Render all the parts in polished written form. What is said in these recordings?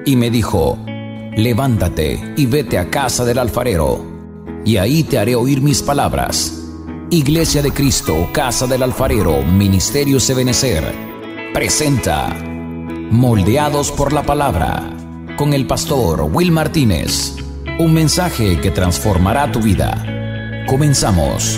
y me dijo: levántate y vete a casa del alfarero, y ahí te haré oír mis palabras. Iglesia de Cristo, Casa del Alfarero, Ministerio Ebenecer, presenta Moldeados por la Palabra, con el pastor Will Martínez. Un mensaje que transformará tu vida. Comenzamos.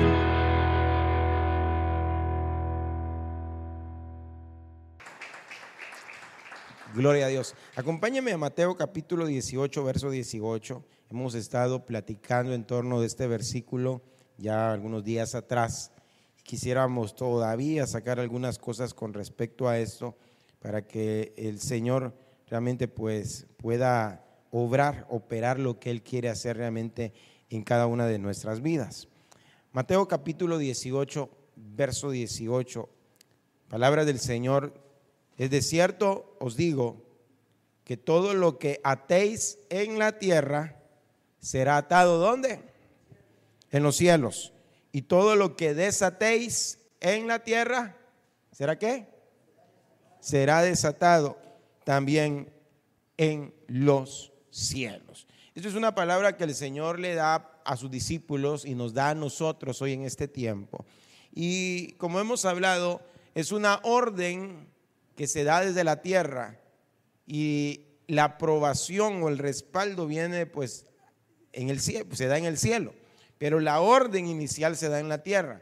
Gloria a Dios. Acompáñame a Mateo capítulo 18, verso 18. Hemos estado platicando en torno de este versículo ya algunos días atrás. Quisiéramos todavía sacar algunas cosas con respecto a esto para que el Señor realmente pues pueda operar lo que Él quiere hacer realmente en cada una de nuestras vidas. Mateo capítulo 18, verso 18. Palabra del Señor: es de cierto os digo que todo lo que atéis en la tierra será atado, ¿dónde? En los cielos. Y todo lo que desatéis en la tierra, ¿será qué? Será desatado también en los cielos. Esto es una palabra que el Señor le da a sus discípulos y nos da a nosotros hoy en este tiempo. Y como hemos hablado, es una orden que se da desde la tierra, y la aprobación o el respaldo viene pues en el cielo, se da en el cielo, pero la orden inicial se da en la tierra.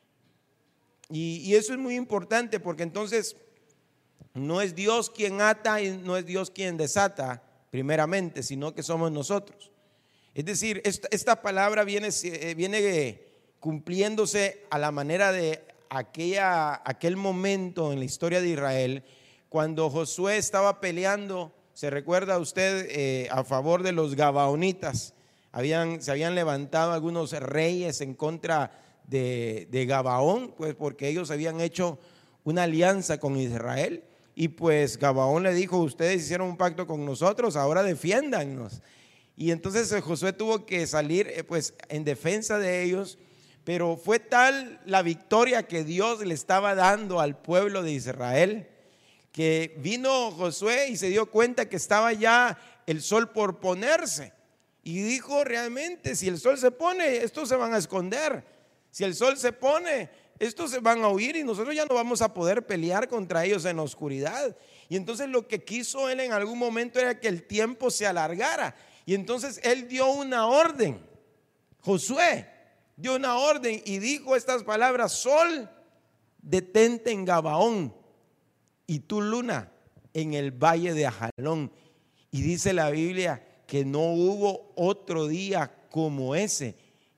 Y eso es muy importante, porque entonces no es Dios quien ata y no es Dios quien desata primeramente, sino que somos nosotros. Es decir, esta palabra viene cumpliéndose a la manera de aquel momento en la historia de Israel, cuando Josué estaba peleando. ¿Se recuerda usted? A favor de los gabaonitas. Se habían levantado algunos reyes en contra de Gabaón, pues porque ellos habían hecho una alianza con Israel, y pues Gabaón le dijo: ustedes hicieron un pacto con nosotros, ahora defiéndannos. Y entonces Josué tuvo que salir pues en defensa de ellos. Pero fue tal la victoria que Dios le estaba dando al pueblo de Israel, que vino Josué y se dio cuenta que estaba ya el sol por ponerse. Y dijo: realmente, si el sol se pone, estos se van a esconder. Si el sol se pone, estos se van a huir, y nosotros ya no vamos a poder pelear contra ellos en la oscuridad. Y entonces lo que quiso él en algún momento era que el tiempo se alargara. Y entonces él dio una orden. Josué dio una orden y dijo estas palabras: sol, detente en Gabaón, y tú, luna, en el valle de Ajalón. Y dice la Biblia que no hubo otro día como ese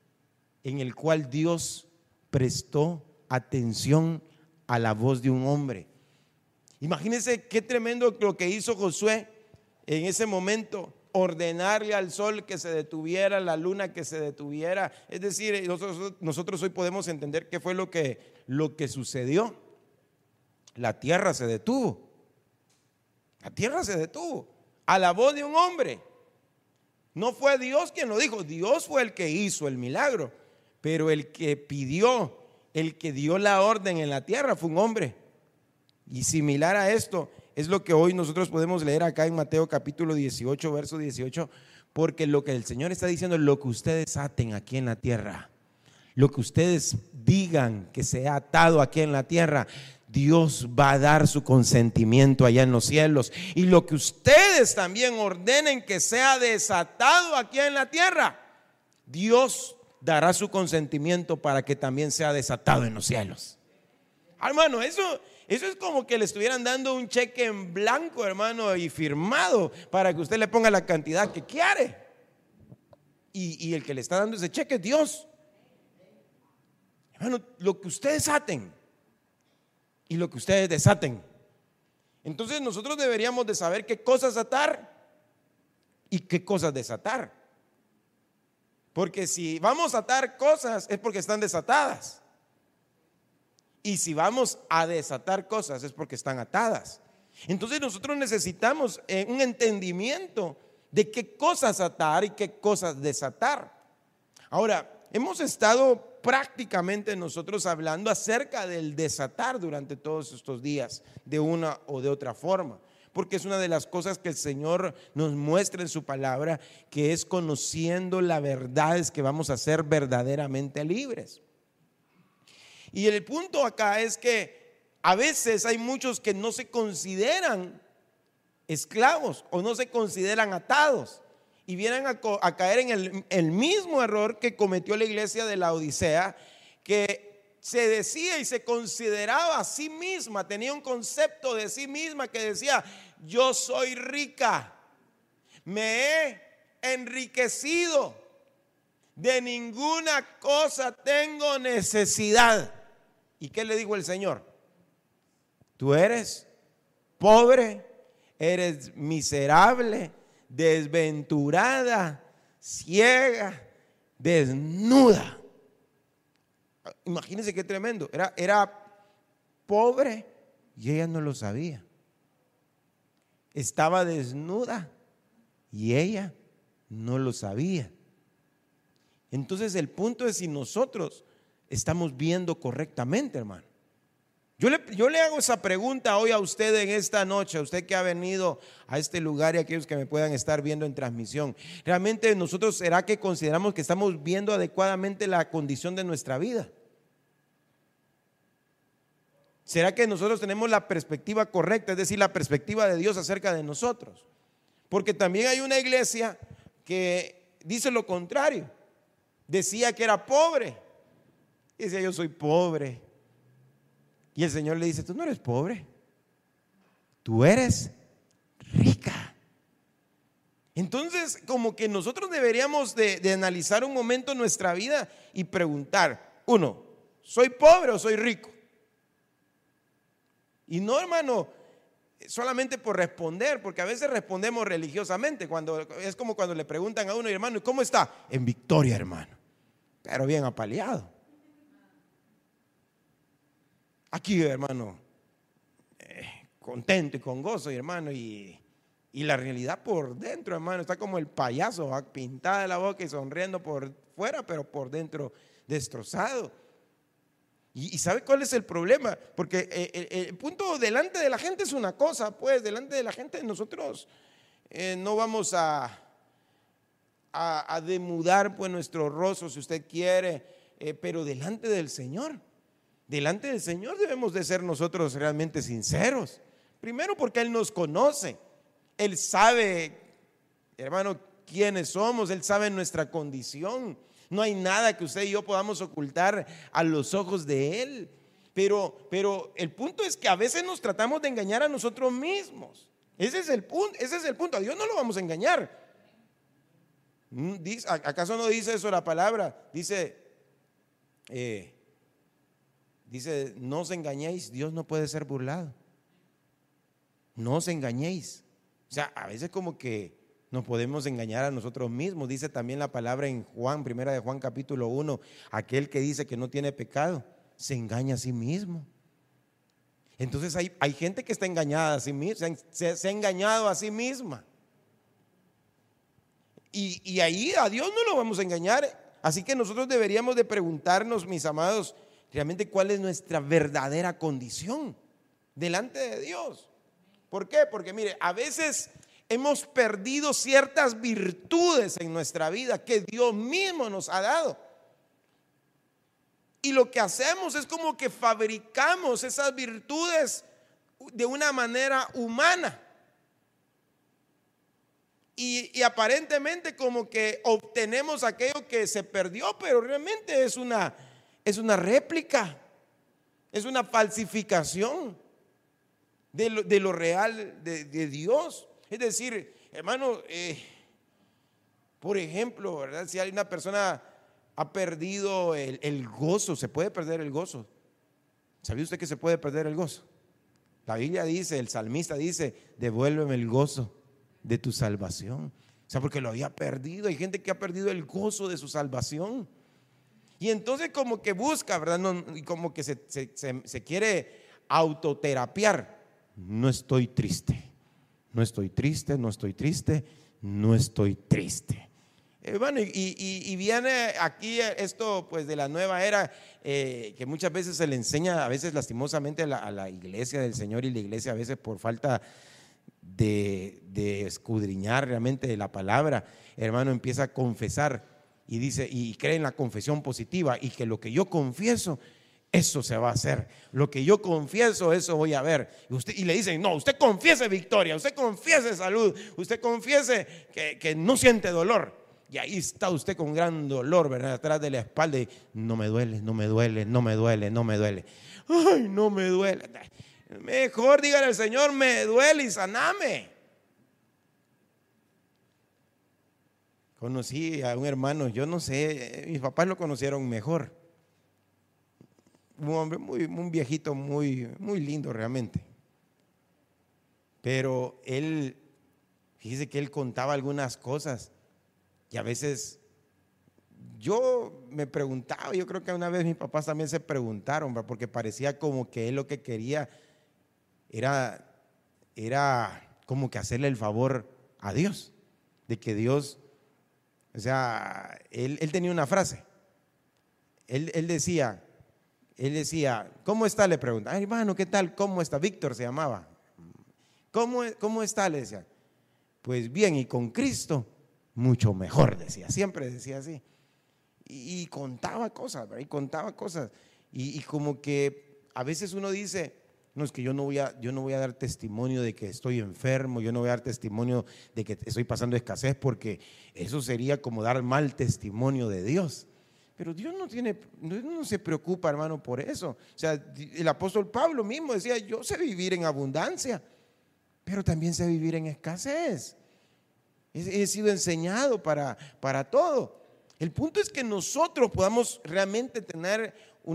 en el cual Dios prestó atención a la voz de un hombre. Imagínense qué tremendo lo que hizo Josué en ese momento: ordenarle al sol que se detuviera, la luna que se detuviera. Es decir, nosotros hoy podemos entender qué fue lo que sucedió. La tierra se detuvo. La tierra se detuvo a la voz de un hombre. No fue Dios quien lo dijo. Dios fue el que hizo el milagro, pero el que pidió, el que dio la orden en la tierra fue un hombre. Y similar a esto es lo que hoy nosotros podemos leer acá en Mateo capítulo 18, verso 18, porque lo que el Señor está diciendo: lo que ustedes aten aquí en la tierra, lo que ustedes digan que se ha atado aquí en la tierra, Dios va a dar su consentimiento allá en los cielos. Y lo que ustedes también ordenen que sea desatado aquí en la tierra, Dios dará su consentimiento para que también sea desatado en los cielos. Hermano, eso es como que le estuvieran dando un cheque en blanco, hermano, y firmado para que usted le ponga la cantidad que quiere. Y el que le está dando ese cheque es Dios. Hermano, lo que ustedes aten y lo que ustedes desaten. Entonces nosotros deberíamos de saber qué cosas atar y qué cosas desatar. Porque si vamos a atar cosas es porque están desatadas. Y si vamos a desatar cosas es porque están atadas. Entonces nosotros necesitamos un entendimiento de qué cosas atar y qué cosas desatar. Ahora, hemos estado prácticamente nosotros hablando acerca del desatar durante todos estos días, de una o de otra forma, porque es una de las cosas que el Señor nos muestra en su palabra, que es conociendo la verdad es que vamos a ser verdaderamente libres. Y el punto acá es que a veces hay muchos que no se consideran esclavos o no se consideran atados y vienen a caer en el mismo error que cometió la iglesia de la Odisea, que se decía y se consideraba a sí misma, tenía un concepto de sí misma que decía: yo soy rica, me he enriquecido, de ninguna cosa tengo necesidad. ¿Y qué le dijo el Señor? Tú eres pobre, eres miserable, desventurada, ciega, desnuda. Imagínense qué tremendo. Era pobre y ella no lo sabía. Estaba desnuda y ella no lo sabía. Entonces el punto es si nosotros estamos viendo correctamente, hermano. Yo le hago esa pregunta hoy a usted en esta noche, a usted que ha venido a este lugar y a aquellos que me puedan estar viendo en transmisión. ¿Realmente nosotros será que consideramos que estamos viendo adecuadamente la condición de nuestra vida? ¿Será que nosotros tenemos la perspectiva correcta, es decir, la perspectiva de Dios acerca de nosotros? Porque también hay una iglesia que dice lo contrario. Decía que era pobre. Decía: yo soy pobre. Y el Señor le dice: tú no eres pobre, tú eres rica. Entonces, como que nosotros deberíamos de analizar un momento nuestra vida y preguntar: uno, ¿soy pobre o soy rico? Y no, hermano, solamente por responder, porque a veces respondemos religiosamente, es como cuando le preguntan a uno: hermano, ¿cómo está? En victoria, hermano, pero bien apaleado. Aquí, hermano, contento y con gozo, hermano, y la realidad por dentro, hermano, está como el payaso, pintada la boca y sonriendo por fuera, pero por dentro destrozado. ¿Y sabe cuál es el problema? Porque el punto delante de la gente es una cosa, pues delante de la gente nosotros no vamos a demudar pues nuestro rostro si usted quiere, pero delante del Señor debemos de ser nosotros realmente sinceros. Primero porque Él nos conoce, Él sabe, hermano, quiénes somos, Él sabe nuestra condición. No hay nada que usted y yo podamos ocultar a los ojos de Él. Pero el punto es que a veces nos tratamos de engañar a nosotros mismos. Ese es el punto. A Dios no lo vamos a engañar. ¿Acaso no dice eso la palabra? Dice, no os engañéis, Dios no puede ser burlado. No os engañéis. O sea, a veces como que nos podemos engañar a nosotros mismos. Dice también la palabra en Juan, primera de Juan capítulo 1, aquel que dice que no tiene pecado, se engaña a sí mismo. Entonces hay gente que está engañada a sí misma, se ha engañado a sí misma. Y ahí a Dios no lo vamos a engañar. Así que nosotros deberíamos de preguntarnos, mis amados, realmente cuál es nuestra verdadera condición delante de Dios. ¿Por qué? Porque mire, a veces hemos perdido ciertas virtudes en nuestra vida que Dios mismo nos ha dado. Y lo que hacemos es como que fabricamos esas virtudes de una manera humana. Y aparentemente como que obtenemos aquello que se perdió, pero realmente es una réplica, es una falsificación de lo real de Dios. Es decir, hermano, por ejemplo, ¿verdad? Si hay una persona ha perdido el gozo, se puede perder el gozo. ¿Sabía usted que se puede perder el gozo? La Biblia dice, el salmista dice: devuélveme el gozo de tu salvación. O sea, porque lo había perdido. Hay gente que ha perdido el gozo de su salvación. Y entonces como que busca, ¿verdad? Y como que se quiere autoterapiar. No estoy triste. No estoy triste, no estoy triste, no estoy triste. Bueno, y viene aquí esto pues de la nueva era, que muchas veces se le enseña, a veces lastimosamente a la iglesia del Señor, y la iglesia a veces por falta de escudriñar realmente de la palabra, hermano, empieza a confesar y dice, y cree en la confesión positiva, y que lo que yo confieso, eso se va a hacer. Lo que yo confieso, eso voy a ver. Y le dicen, no, usted confiese victoria, usted confiese salud, usted confiese que no siente dolor. Y ahí está usted con gran dolor, ¿verdad? Atrás de la espalda y no me duele, no me duele, no me duele, no me duele. Ay, no me duele. Mejor dígale al Señor, me duele y saname. Conocí a un hermano, yo no sé, mis papás lo conocieron mejor. Un hombre un viejito muy lindo realmente. Pero él, fíjese que él contaba algunas cosas y a veces yo me preguntaba, yo creo que una vez mis papás también se preguntaron, ¿verdad? Porque parecía como que él lo que quería era como que hacerle el favor a Dios, de que Dios, o sea, él tenía una frase, él decía, ¿cómo está? Le pregunta, hermano, ¿qué tal? ¿Cómo está? Víctor se llamaba. ¿Cómo está? Le decía. Pues bien, y con Cristo, mucho mejor, decía. Siempre decía así. Y contaba cosas, ¿verdad? Y contaba cosas. Y como que a veces uno dice, no, es que yo no voy a dar testimonio de que estoy enfermo, yo no voy a dar testimonio de que estoy pasando escasez, porque eso sería como dar mal testimonio de Dios. Pero Dios no se preocupa, hermano, por eso. O sea, el apóstol Pablo mismo decía, yo sé vivir en abundancia, pero también sé vivir en escasez. He sido enseñado para todo. El punto es que nosotros podamos realmente tener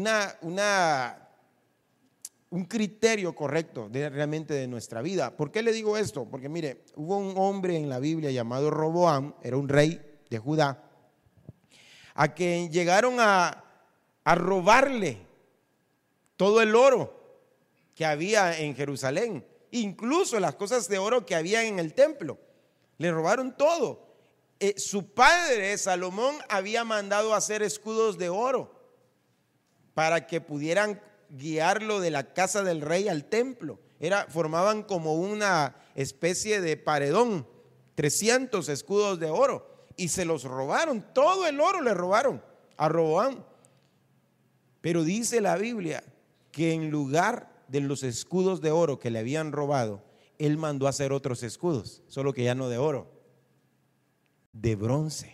un criterio correcto realmente de nuestra vida. ¿Por qué le digo esto? Porque mire, hubo un hombre en la Biblia llamado Roboam, era un rey de Judá, a quien llegaron a robarle todo el oro que había en Jerusalén, incluso las cosas de oro que había en el templo. Le robaron todo. Su padre, Salomón, había mandado hacer escudos de oro para que pudieran guiarlo de la casa del rey al templo. Formaban como una especie de paredón, 300 escudos de oro. Y se los robaron, todo el oro le robaron a Roboam. Pero dice la Biblia que en lugar de los escudos de oro que le habían robado, él mandó a hacer otros escudos, solo que ya no de oro, de bronce.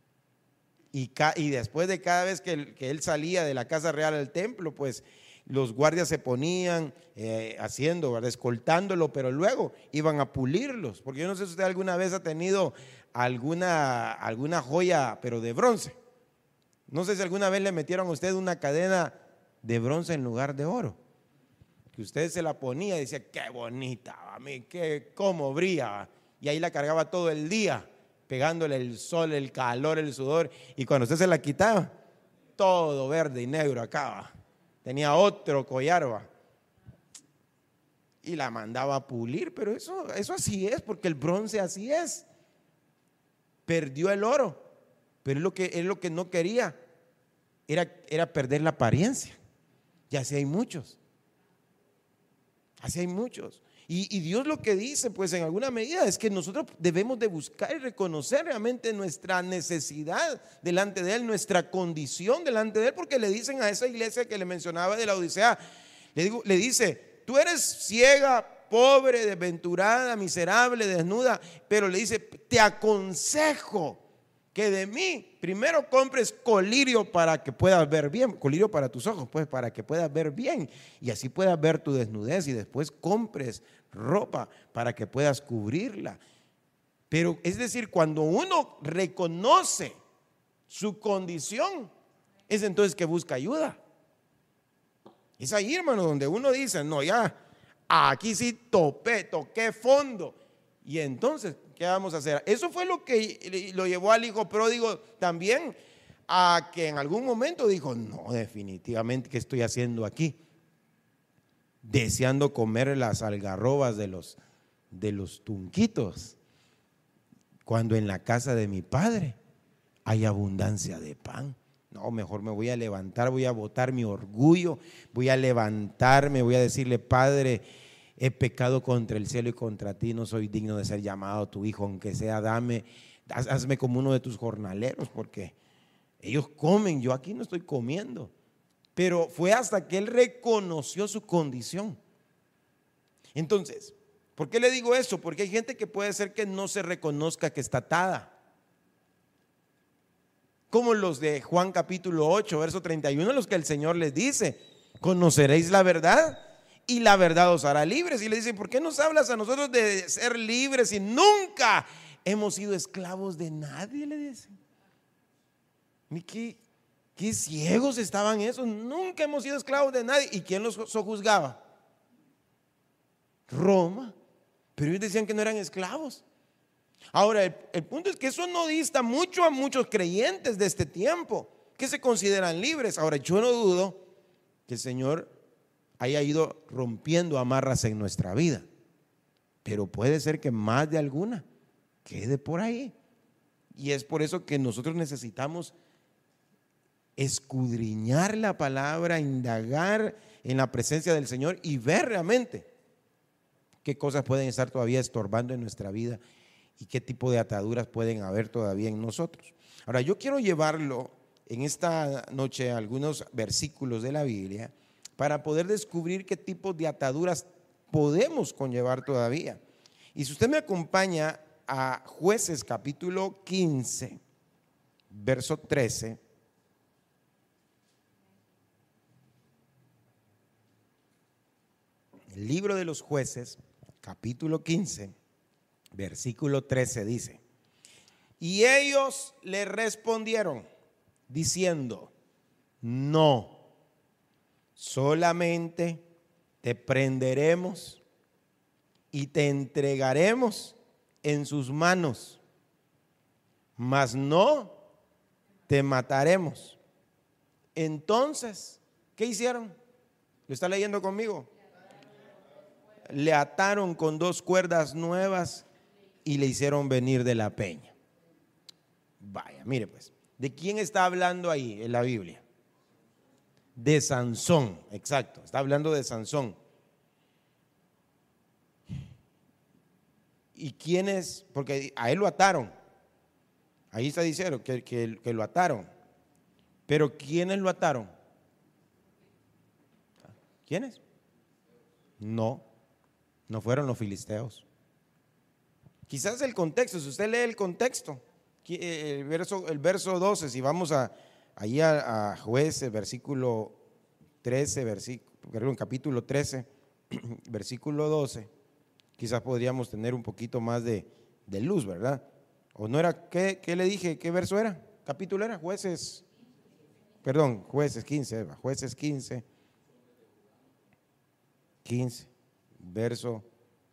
Y después de cada vez que él salía de la casa real al templo, pues los guardias se ponían haciendo, ¿verdad? Escoltándolo, pero luego iban a pulirlos. Porque yo no sé si usted alguna vez ha tenido alguna joya, pero de bronce. No sé si alguna vez le metieron a usted una cadena de bronce en lugar de oro, que usted se la ponía y decía, qué bonita, a mí, cómo brilla, y ahí la cargaba todo el día, pegándole el sol, el calor, el sudor, y cuando usted se la quitaba, todo verde y negro acá, tenía otro collar, ¿va? Y la mandaba a pulir. Pero eso así es, porque el bronce así es. Perdió el oro, pero es lo que no quería era perder la apariencia. Y así hay muchos. Así hay muchos. Y Dios lo que dice, pues en alguna medida, es que nosotros debemos de buscar y reconocer realmente nuestra necesidad delante de Él, nuestra condición delante de Él, porque le dicen a esa iglesia que le mencionaba de la Odisea, le dice, tú eres ciega, pobre, desventurada, miserable, desnuda, pero le dice, te aconsejo que de mí primero compres colirio para que puedas ver bien, colirio para tus ojos, pues para que puedas ver bien y así puedas ver tu desnudez, y después compres ropa para que puedas cubrirla. Pero es decir, cuando uno reconoce su condición, es entonces que busca ayuda. Es ahí, hermano, donde uno dice, no, ya, aquí sí toqué fondo. Y entonces, ¿qué vamos a hacer? Eso fue lo que lo llevó al hijo pródigo también a que en algún momento dijo, no, definitivamente, ¿qué estoy haciendo aquí? Deseando comer las algarrobas de los tunquitos, cuando en la casa de mi padre hay abundancia de pan. No, mejor me voy a levantar, voy a botar mi orgullo, voy a levantarme, voy a decirle, Padre, he pecado contra el cielo y contra ti, no soy digno de ser llamado tu hijo, aunque sea hazme como uno de tus jornaleros, porque ellos comen, yo aquí no estoy comiendo. Pero fue hasta que él reconoció su condición. Entonces, ¿por qué le digo eso? Porque hay gente que puede ser que no se reconozca que está atada, como los de Juan capítulo 8, verso 31, los que el Señor les dice: conoceréis la verdad y la verdad os hará libres. Y le dice: ¿por qué nos hablas a nosotros de ser libres si nunca hemos sido esclavos de nadie? Le dicen. ¿Qué ciegos estaban esos? Nunca hemos sido esclavos de nadie. ¿Y quién los sojuzgaba? Roma. Pero ellos decían que no eran esclavos. Ahora, el punto es que eso no dista mucho a muchos creyentes de este tiempo que se consideran libres. Ahora, yo no dudo que el Señor haya ido rompiendo amarras en nuestra vida, pero puede ser que más de alguna quede por ahí. Y es por eso que nosotros necesitamos escudriñar la palabra, indagar en la presencia del Señor y ver realmente qué cosas pueden estar todavía estorbando en nuestra vida y qué tipo de ataduras pueden haber todavía en nosotros. Ahora, yo quiero llevarlo en esta noche a algunos versículos de la Biblia para poder descubrir qué tipo de ataduras podemos conllevar todavía. Y si usted me acompaña a Jueces capítulo 15, verso 13. El libro de los Jueces, capítulo 15, versículo 13 dice: y ellos le respondieron diciendo: no, solamente te prenderemos y te entregaremos en sus manos, mas no te mataremos. Entonces, ¿qué hicieron? ¿Lo está leyendo conmigo? Le ataron con 2 cuerdas nuevas y le hicieron venir de la peña. Vaya, mire pues, ¿de quién está hablando ahí en la Biblia? De Sansón, exacto, está hablando de Sansón. ¿Y quién es? Porque a él lo ataron. Ahí está diciendo que lo ataron. Pero ¿quiénes lo ataron? ¿Quiénes? No fueron los filisteos. Quizás el contexto, si usted lee el contexto, el verso 12, si vamos allí a Jueces, versículo 13, capítulo 13, versículo 12, quizás podríamos tener un poquito más de luz, ¿verdad? ¿O no era? ¿Qué le dije? ¿Qué verso era? ¿Capítulo era? Jueces 15, Jueces 15, verso.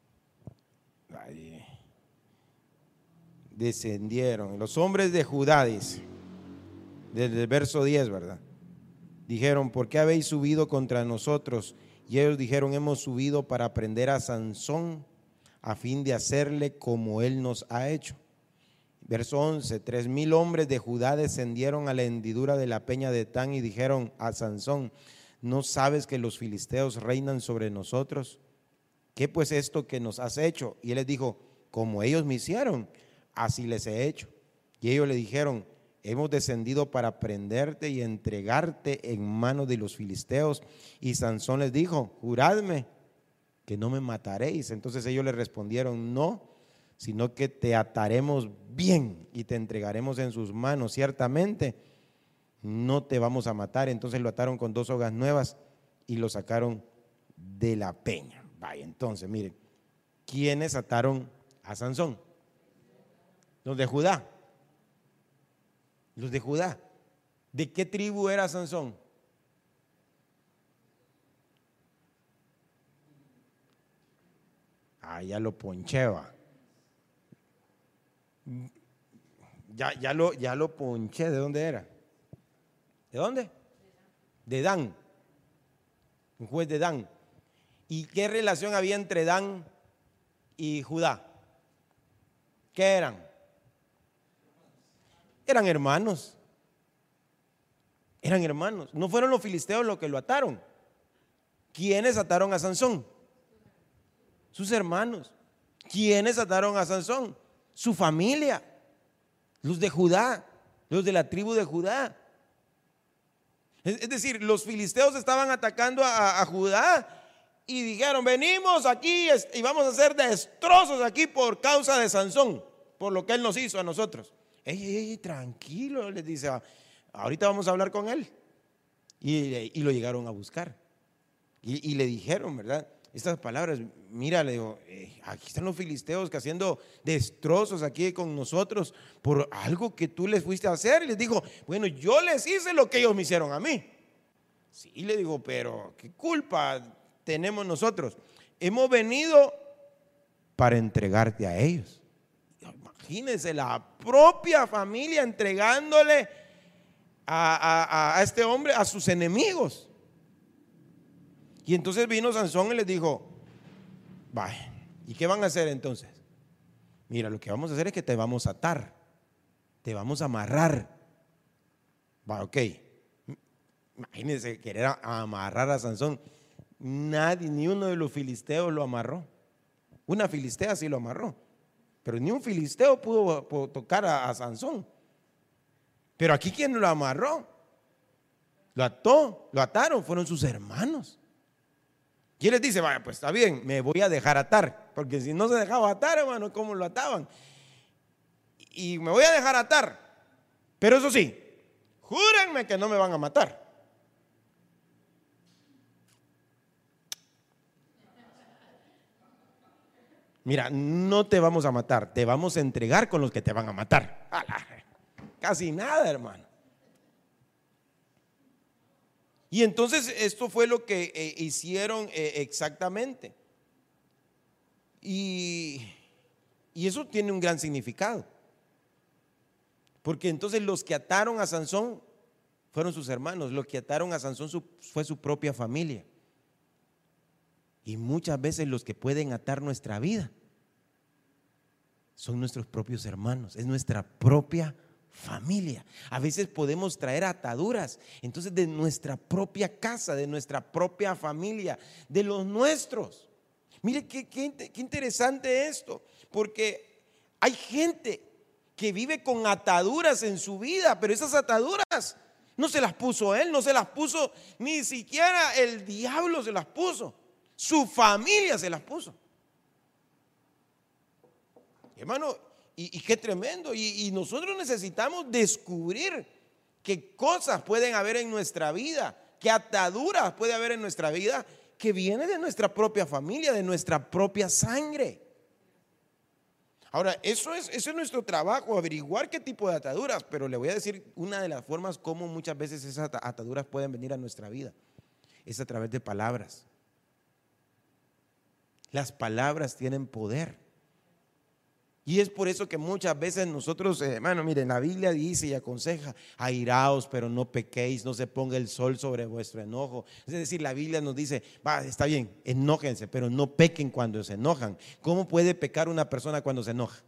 Descendieron los hombres de Judá, dice, desde el verso 10, ¿verdad? Dijeron: ¿por qué habéis subido contra nosotros? Y ellos dijeron: hemos subido para prender a Sansón a fin de hacerle como él nos ha hecho. Verso 11: 3,000 hombres de Judá descendieron a la hendidura de la peña de Etán y dijeron a Sansón: ¿no sabes que los filisteos reinan sobre nosotros? ¿Qué pues esto que nos has hecho? Y él les dijo: como ellos me hicieron, así les he hecho. Y ellos le dijeron: hemos descendido para prenderte y entregarte en manos de los filisteos. Y Sansón les dijo: juradme que no me mataréis. Entonces ellos le respondieron: no, sino que te ataremos bien y te entregaremos en sus manos. Ciertamente no te vamos a matar. Entonces lo ataron con 2 sogas nuevas y lo sacaron de la peña. Vaya, entonces miren, ¿quiénes ataron a Sansón? Los de Judá. Los de Judá. ¿De qué tribu era Sansón? Ya lo poncheba. Ya lo ponché. ¿De dónde era? ¿De dónde? De Dan. Un juez de Dan. ¿Y qué relación había entre Dan y Judá? ¿Qué eran? Eran hermanos. Eran hermanos. No fueron los filisteos los que lo ataron. ¿Quiénes ataron a Sansón? Sus hermanos. ¿Quiénes ataron a Sansón? Su familia, los de Judá, los de la tribu de Judá. Es decir, los filisteos estaban atacando a Judá y dijeron: venimos aquí y vamos a hacer destrozos aquí por causa de Sansón, por lo que él nos hizo a nosotros. Ey, tranquilo, les dice, ahorita vamos a hablar con él. Y lo llegaron a buscar y le dijeron, ¿verdad?, estas palabras. Mira, le digo, aquí están los filisteos que haciendo destrozos aquí con nosotros por algo que tú les fuiste a hacer. Y les dijo: bueno, yo les hice lo que ellos me hicieron a mí. Sí, le digo, pero ¿qué culpa tenemos nosotros? Hemos venido para entregarte a ellos. Imagínense, la propia familia entregándole a este hombre a sus enemigos. Y entonces vino Sansón y les dijo: vaya, ¿y qué van a hacer entonces? Mira, lo que vamos a hacer es que te vamos a atar, te vamos a amarrar. Va, ok. Imagínense querer amarrar a Sansón. Nadie, ni uno de los filisteos lo amarró. Una filistea sí lo amarró, pero ni un filisteo pudo tocar a Sansón. Pero aquí, ¿quién lo amarró? Lo ató, lo ataron, fueron sus hermanos. Y él les dice: vaya, pues está bien, me voy a dejar atar, porque si no se dejaba atar, hermano, ¿cómo lo ataban? Y me voy a dejar atar, pero eso sí, júrenme que no me van a matar. Mira, no te vamos a matar, te vamos a entregar con los que te van a matar. Casi nada, hermano. Y entonces esto fue lo que hicieron exactamente. Y eso tiene un gran significado. Porque entonces los que ataron a Sansón fueron sus hermanos. Los que ataron a Sansón fue su propia familia. Y muchas veces los que pueden atar nuestra vida son nuestros propios hermanos, es nuestra propia familia. A veces podemos traer ataduras entonces de nuestra propia casa, de nuestra propia familia, de los nuestros. Mire qué interesante esto, porque hay gente que vive con ataduras en su vida, pero esas ataduras no se las puso él, no se las puso ni siquiera el diablo, se las puso, su familia se las puso. Hermano, y qué tremendo. Y nosotros necesitamos descubrir qué cosas pueden haber en nuestra vida, qué ataduras puede haber en nuestra vida que viene de nuestra propia familia, de nuestra propia sangre. Ahora, eso es nuestro trabajo, averiguar qué tipo de ataduras. Pero le voy a decir una de las formas como muchas veces esas ataduras pueden venir a nuestra vida. Es a través de palabras. Las palabras tienen poder. Y es por eso que muchas veces nosotros, hermano, miren, la Biblia dice y aconseja: airaos, pero no pequéis, no se ponga el sol sobre vuestro enojo. Es decir, la Biblia nos dice: va, está bien, enójense, pero no pequen cuando se enojan. ¿Cómo puede pecar una persona cuando se enoja?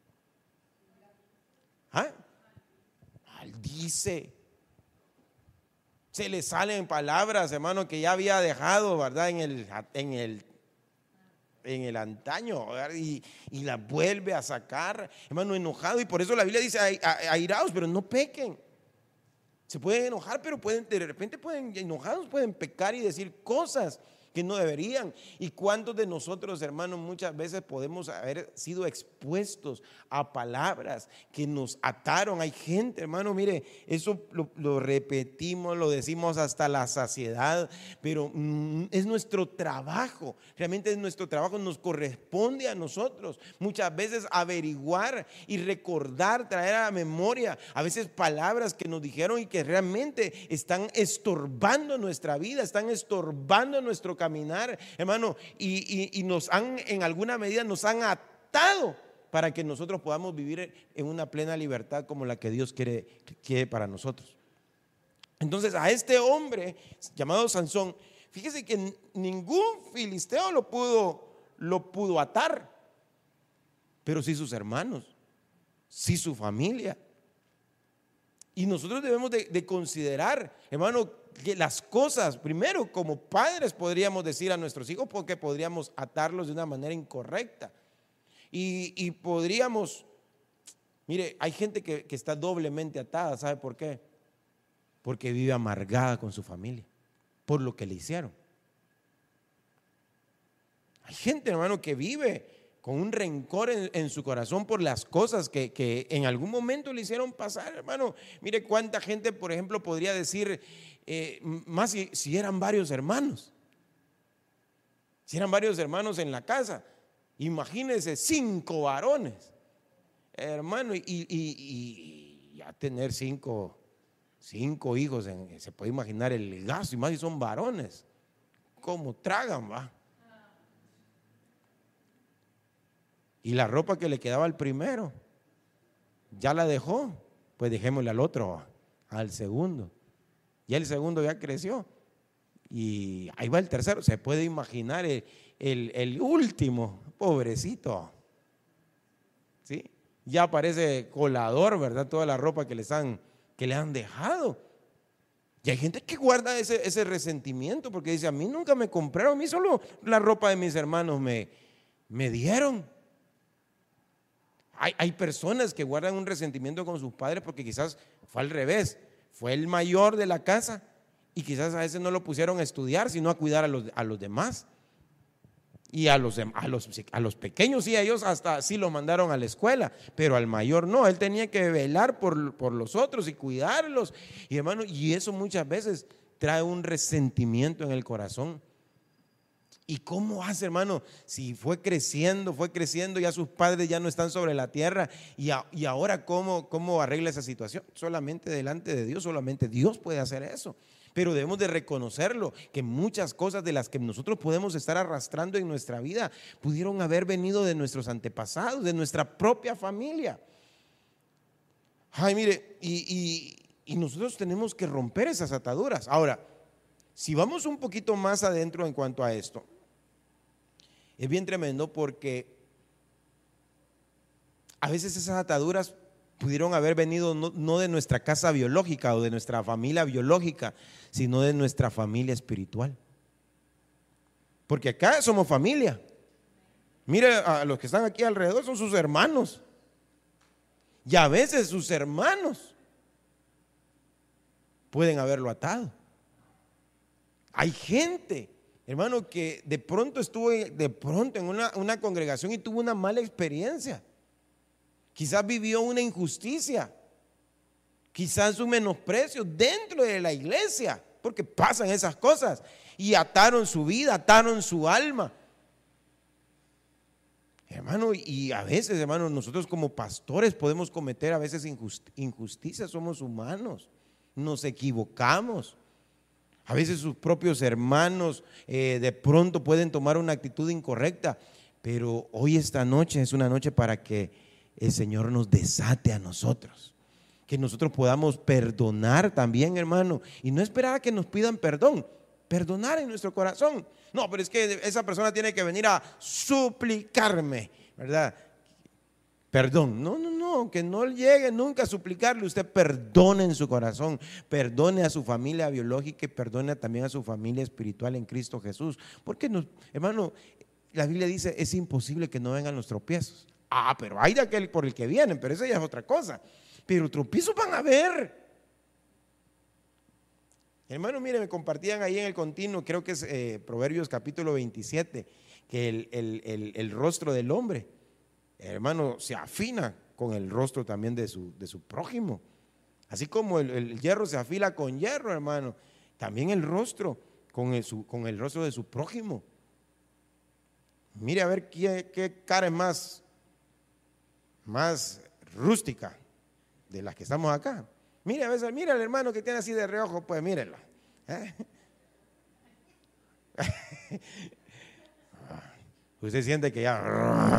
Maldice. Se le salen palabras, hermano, que ya había dejado, ¿verdad?, en el antaño, y la vuelve a sacar, hermano, enojado. Y por eso la Biblia dice: airaos, pero no pequen. Se pueden enojar, pero de repente enojados pueden pecar y decir cosas que no deberían. ¿Y cuántos de nosotros, hermanos, muchas veces podemos haber sido expuestos a palabras que nos ataron? Hay gente, hermano, mire, eso lo repetimos, lo decimos hasta la saciedad, pero es nuestro trabajo, realmente es nuestro trabajo, nos corresponde a nosotros muchas veces averiguar y recordar, traer a la memoria a veces palabras que nos dijeron y que realmente están estorbando nuestra vida, están estorbando nuestro caminar, hermano, y nos han, en alguna medida nos han atado para que nosotros podamos vivir en una plena libertad como la que Dios quiere para nosotros. Entonces, a este hombre llamado Sansón, fíjese que ningún filisteo lo pudo atar, pero sí sus hermanos, sí su familia. Y nosotros debemos de considerar, hermano, que las cosas, primero como padres podríamos decir a nuestros hijos, porque podríamos atarlos de una manera incorrecta. Y podríamos, mire, hay gente que está doblemente atada, ¿sabe por qué? Porque vive amargada con su familia, por lo que le hicieron. Hay gente, hermano, que vive con un rencor en su corazón por las cosas que en algún momento le hicieron pasar, hermano. Mire cuánta gente, por ejemplo, podría decir, más si eran varios hermanos. Si eran varios hermanos en la casa, imagínense 5 varones, hermano, y ya tener cinco hijos, se puede imaginar el gasto, y más si son varones, cómo tragan, va. Y la ropa que le quedaba al primero, ya la dejó, pues dejémosle al otro, al segundo. Y el segundo ya creció. Y ahí va el tercero. Se puede imaginar el último, pobrecito. ¿Sí? Ya parece colador, ¿verdad? Toda la ropa que le han dejado. Y hay gente que guarda ese resentimiento porque dice, a mí nunca me compraron, a mí solo la ropa de mis hermanos me dieron. Hay personas que guardan un resentimiento con sus padres porque quizás fue al revés, fue el mayor de la casa y quizás a veces no lo pusieron a estudiar, sino a cuidar a los demás. Y a los pequeños sí, a ellos hasta sí los mandaron a la escuela, pero al mayor no, él tenía que velar por los otros y cuidarlos. Y hermano, y eso muchas veces trae un resentimiento en el corazón. ¿Y cómo hace, hermano? Si fue creciendo, ya sus padres ya no están sobre la tierra, y ahora ¿cómo arregla esa situación? Solamente delante de Dios, solamente Dios puede hacer eso. Pero debemos de reconocerlo, que muchas cosas de las que nosotros podemos estar arrastrando en nuestra vida pudieron haber venido de nuestros antepasados, de nuestra propia familia. Ay, mire, y nosotros tenemos que romper esas ataduras. Ahora, si vamos un poquito más adentro en cuanto a esto, es bien tremendo porque a veces esas ataduras pudieron haber venido no de nuestra casa biológica o de nuestra familia biológica, sino de nuestra familia espiritual. Porque acá somos familia. Mire, a los que están aquí alrededor son sus hermanos. Y a veces sus hermanos pueden haberlo atado. Hay gente, hermano, que de pronto estuvo en una congregación y tuvo una mala experiencia. Quizás vivió una injusticia, quizás un menosprecio dentro de la iglesia, porque pasan esas cosas, y ataron su vida, ataron su alma. Hermano, y a veces, hermano, nosotros como pastores podemos cometer a veces injusticias, somos humanos, nos equivocamos. A veces sus propios hermanos de pronto pueden tomar una actitud incorrecta, pero hoy esta noche es una noche para que el Señor nos desate a nosotros, que nosotros podamos perdonar también, hermano, y no esperar a que nos pidan perdón, perdonar en nuestro corazón. No, pero es que esa persona tiene que venir a suplicarme, ¿verdad? Perdón, no, que no llegue nunca a suplicarle. Usted perdone en su corazón, perdone a su familia biológica y perdone también a su familia espiritual en Cristo Jesús. Porque, hermano, la Biblia dice, es imposible que no vengan los tropiezos. Pero hay de aquel por el que vienen, pero eso ya es otra cosa. Pero tropiezos van a haber. Hermano, mire, me compartían ahí en el continuo, creo que es Proverbios capítulo 27, que el rostro del hombre, hermano, se afina con el rostro también de su prójimo. Así como el hierro se afila con hierro, hermano, también el rostro con el rostro de su prójimo. Mire a ver qué cara es más rústica de las que estamos acá. Mire a veces, mira al hermano que tiene así de reojo, pues mírelo. Usted siente que ya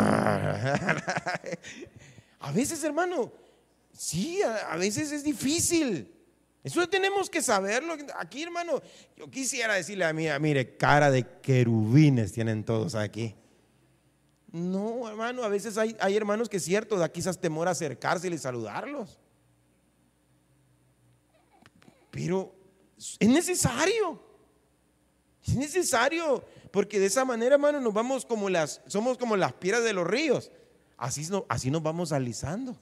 a veces, hermano, sí, a veces es difícil. Eso tenemos que saberlo. Aquí, hermano, yo quisiera decirle a mí, mire, cara de querubines tienen todos aquí. No, hermano, a veces hay hermanos que es cierto, da quizás temor a acercarse y saludarlos. Pero Es necesario. Es necesario, porque de esa manera, hermano, somos como las piedras de los ríos. Así nos vamos alisando.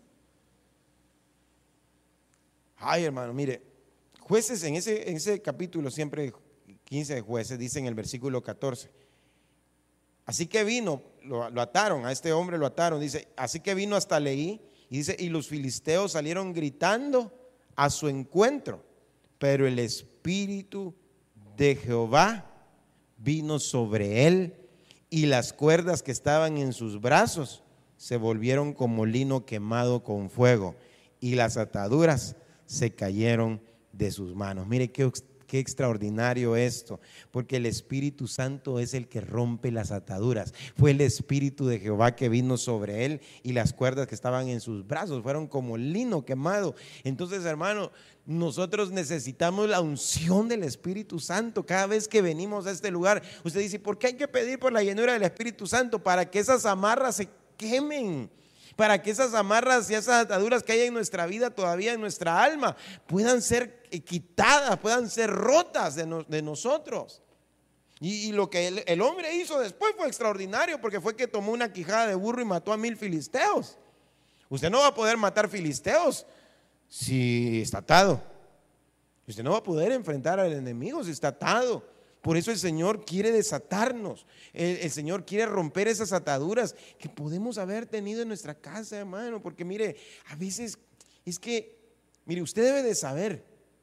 Ay, hermano, mire, Jueces, en ese capítulo siempre 15 de Jueces, dice en el versículo 14. Así que vino, lo ataron, a este hombre lo ataron, dice, así que vino hasta Leí, y dice, y los filisteos salieron gritando a su encuentro, pero el Espíritu de Jehová vino sobre él, y las cuerdas que estaban en sus brazos se volvieron como lino quemado con fuego, y las ataduras se cayeron de sus manos. Mire qué extraordinario esto, porque el Espíritu Santo es el que rompe las ataduras. Fue el Espíritu de Jehová que vino sobre él, y las cuerdas que estaban en sus brazos fueron como lino quemado. Entonces, hermano, nosotros necesitamos la unción del Espíritu Santo. Cada vez que venimos a este lugar, usted dice, ¿por qué hay que pedir por la llenura del Espíritu Santo? Para que esas amarras se quemen, para que esas amarras y esas ataduras que hay en nuestra vida, todavía en nuestra alma, puedan ser quitadas, puedan ser rotas de nosotros. Y lo que el hombre hizo después fue extraordinario, porque fue que tomó una quijada de burro y mató a 1000 filisteos. Usted no va a poder matar filisteos si está atado. Usted no va a poder enfrentar al enemigo si está atado. Por eso el Señor quiere desatarnos. El Señor quiere romper esas ataduras que podemos haber tenido en nuestra casa, hermano. Porque mire, a veces es que, mire, usted debe de saber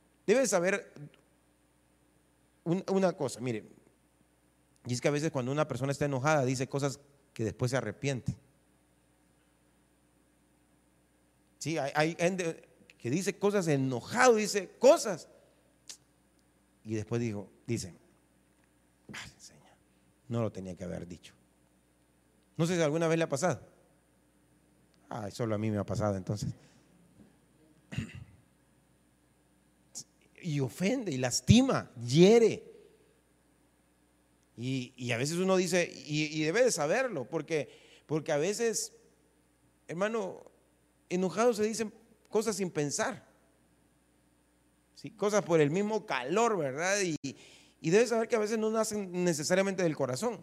una cosa, mire. Y es que a veces cuando una persona está enojada dice cosas que después se arrepiente. Sí, hay gente que dice cosas enojado, dice cosas y después dice, ay, Señor, no lo tenía que haber dicho. No sé si alguna vez le ha pasado. Ay, solo a mí me ha pasado entonces. Y ofende y lastima, hiere. Y a veces uno dice, y debe de saberlo, porque a veces, hermano, enojado se dicen cosas sin pensar, ¿sí? Cosas por el mismo calor, ¿verdad? Y debes saber que a veces no nacen necesariamente del corazón.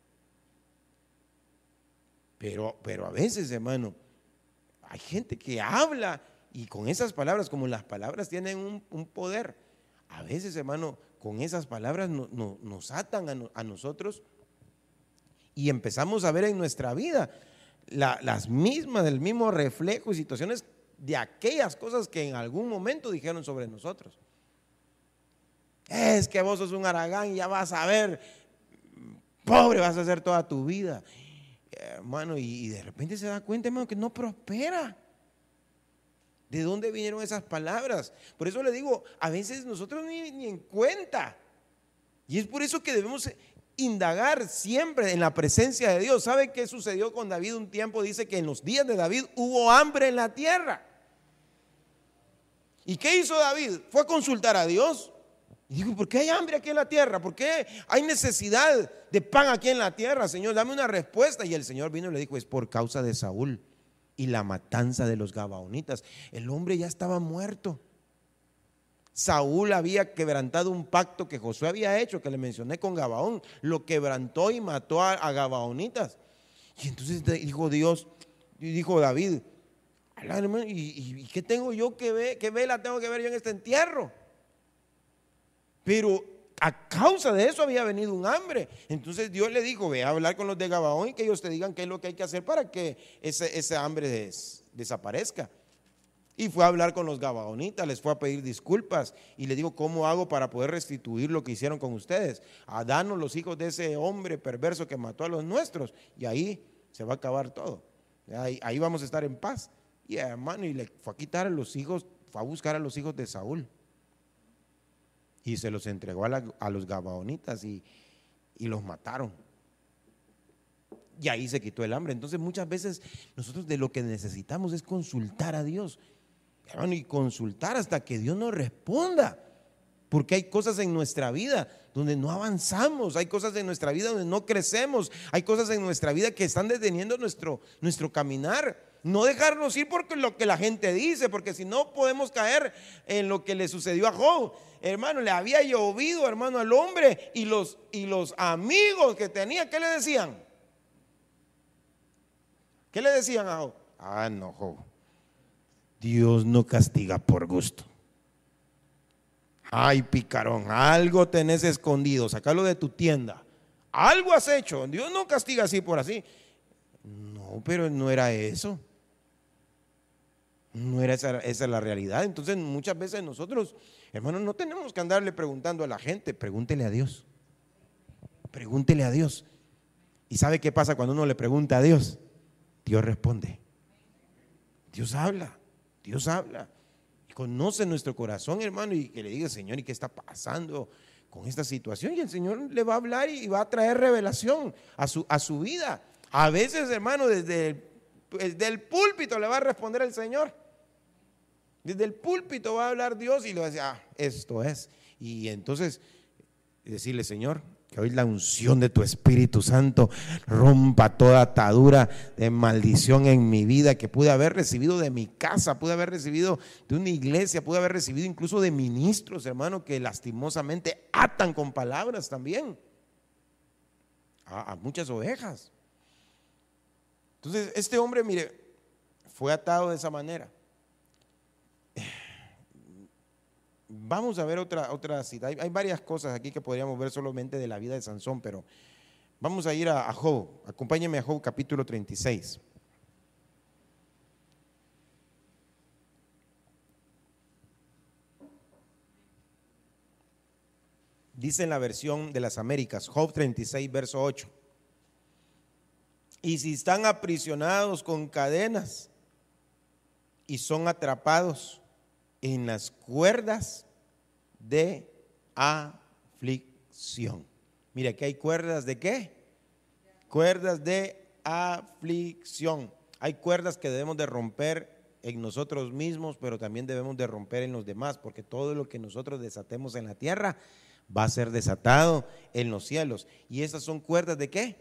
Pero a veces, hermano, hay gente que habla y con esas palabras, como las palabras tienen un poder, a veces, hermano, con esas palabras nos atan a nosotros y empezamos a ver en nuestra vida las mismas, el mismo reflejo y situaciones de aquellas cosas que en algún momento dijeron sobre nosotros. Es que vos sos un haragán y ya vas a ver, pobre vas a ser toda tu vida, hermano, y de repente se da cuenta, hermano, que no prospera. ¿De dónde vinieron esas palabras? Por eso le digo, a veces nosotros ni en cuenta. Y es por eso que debemos indagar siempre en la presencia de Dios. ¿Sabe qué sucedió con David un tiempo? Dice que en los días de David hubo hambre en la tierra. ¿Y qué hizo David? Fue a consultar a Dios. Y dijo, ¿por qué hay hambre aquí en la tierra? ¿Por qué hay necesidad de pan aquí en la tierra? Señor, dame una respuesta. Y el Señor vino y le dijo, es por causa de Saúl y la matanza de los gabaonitas. El hombre ya estaba muerto. Saúl había quebrantado un pacto que Josué había hecho, que le mencioné con Gabaón. Lo quebrantó y mató a gabaonitas. Y entonces dijo Dios, y dijo David, ¿y qué tengo yo que ver? ¿Qué vela tengo que ver yo en este entierro? Pero a causa de eso había venido un hambre. Entonces Dios le dijo, ve a hablar con los de Gabaón y que ellos te digan qué es lo que hay que hacer para que ese hambre desaparezca. Y fue a hablar con los gabaonitas, les fue a pedir disculpas y le digo, ¿cómo hago para poder restituir lo que hicieron con ustedes? A darnos los hijos de ese hombre perverso que mató a los nuestros, y ahí se va a acabar todo. Ahí vamos a estar en paz. Y hermano, y le fue a quitar a los hijos, fue a buscar a los hijos de Saúl y se los entregó a los gabaonitas y los mataron. Y ahí se quitó el hambre. Entonces muchas veces nosotros de lo que necesitamos es consultar a Dios, hermano, y consultar hasta que Dios nos responda. Porque hay cosas en nuestra vida donde no avanzamos, hay cosas en nuestra vida donde no crecemos, hay cosas en nuestra vida que están deteniendo nuestro caminar. No dejarnos ir por lo que la gente dice, porque si no podemos caer en lo que le sucedió a Job. Hermano, le había llovido, hermano, al hombre, y los amigos que tenía, ¿qué le decían? ¿Qué le decían a Job? Ah, no, Job, Dios no castiga por gusto. Ay, picarón, algo tenés escondido, sacalo de tu tienda. Algo has hecho, Dios no castiga así por así. No, pero no era eso. No era esa la realidad. Entonces muchas veces nosotros, hermanos, no tenemos que andarle preguntando a la gente. Pregúntele a Dios. Pregúntele a Dios. ¿Y sabe qué pasa cuando uno le pregunta a Dios? Dios responde. Dios habla. Dios habla. Y conoce nuestro corazón, hermano, y que le diga, Señor, ¿y qué está pasando con esta situación? Y el Señor le va a hablar y va a traer revelación a su vida. A veces, hermano, desde el púlpito le va a responder el Señor. Desde el púlpito va a hablar Dios y le va a decir, esto es. Y entonces decirle, Señor, que hoy la unción de tu Espíritu Santo rompa toda atadura de maldición en mi vida que pude haber recibido de mi casa, pude haber recibido de una iglesia, pude haber recibido incluso de ministros, hermano, que lastimosamente atan con palabras también a muchas ovejas. Entonces este hombre, mire, fue atado de esa manera. Vamos a ver otra cita. Hay varias cosas aquí que podríamos ver solamente de la vida de Sansón, pero vamos a ir a Job. Acompáñenme a Job capítulo 36. Dice en la versión de las Américas, Job 36, verso 8. Y si están aprisionados con cadenas y son atrapados en las cuerdas de aflicción. Mira, aquí hay cuerdas de ¿qué? Cuerdas de aflicción. Hay cuerdas que debemos de romper en nosotros mismos, pero también debemos de romper en los demás, porque todo lo que nosotros desatemos en la tierra va a ser desatado en los cielos. ¿Y esas son cuerdas de qué?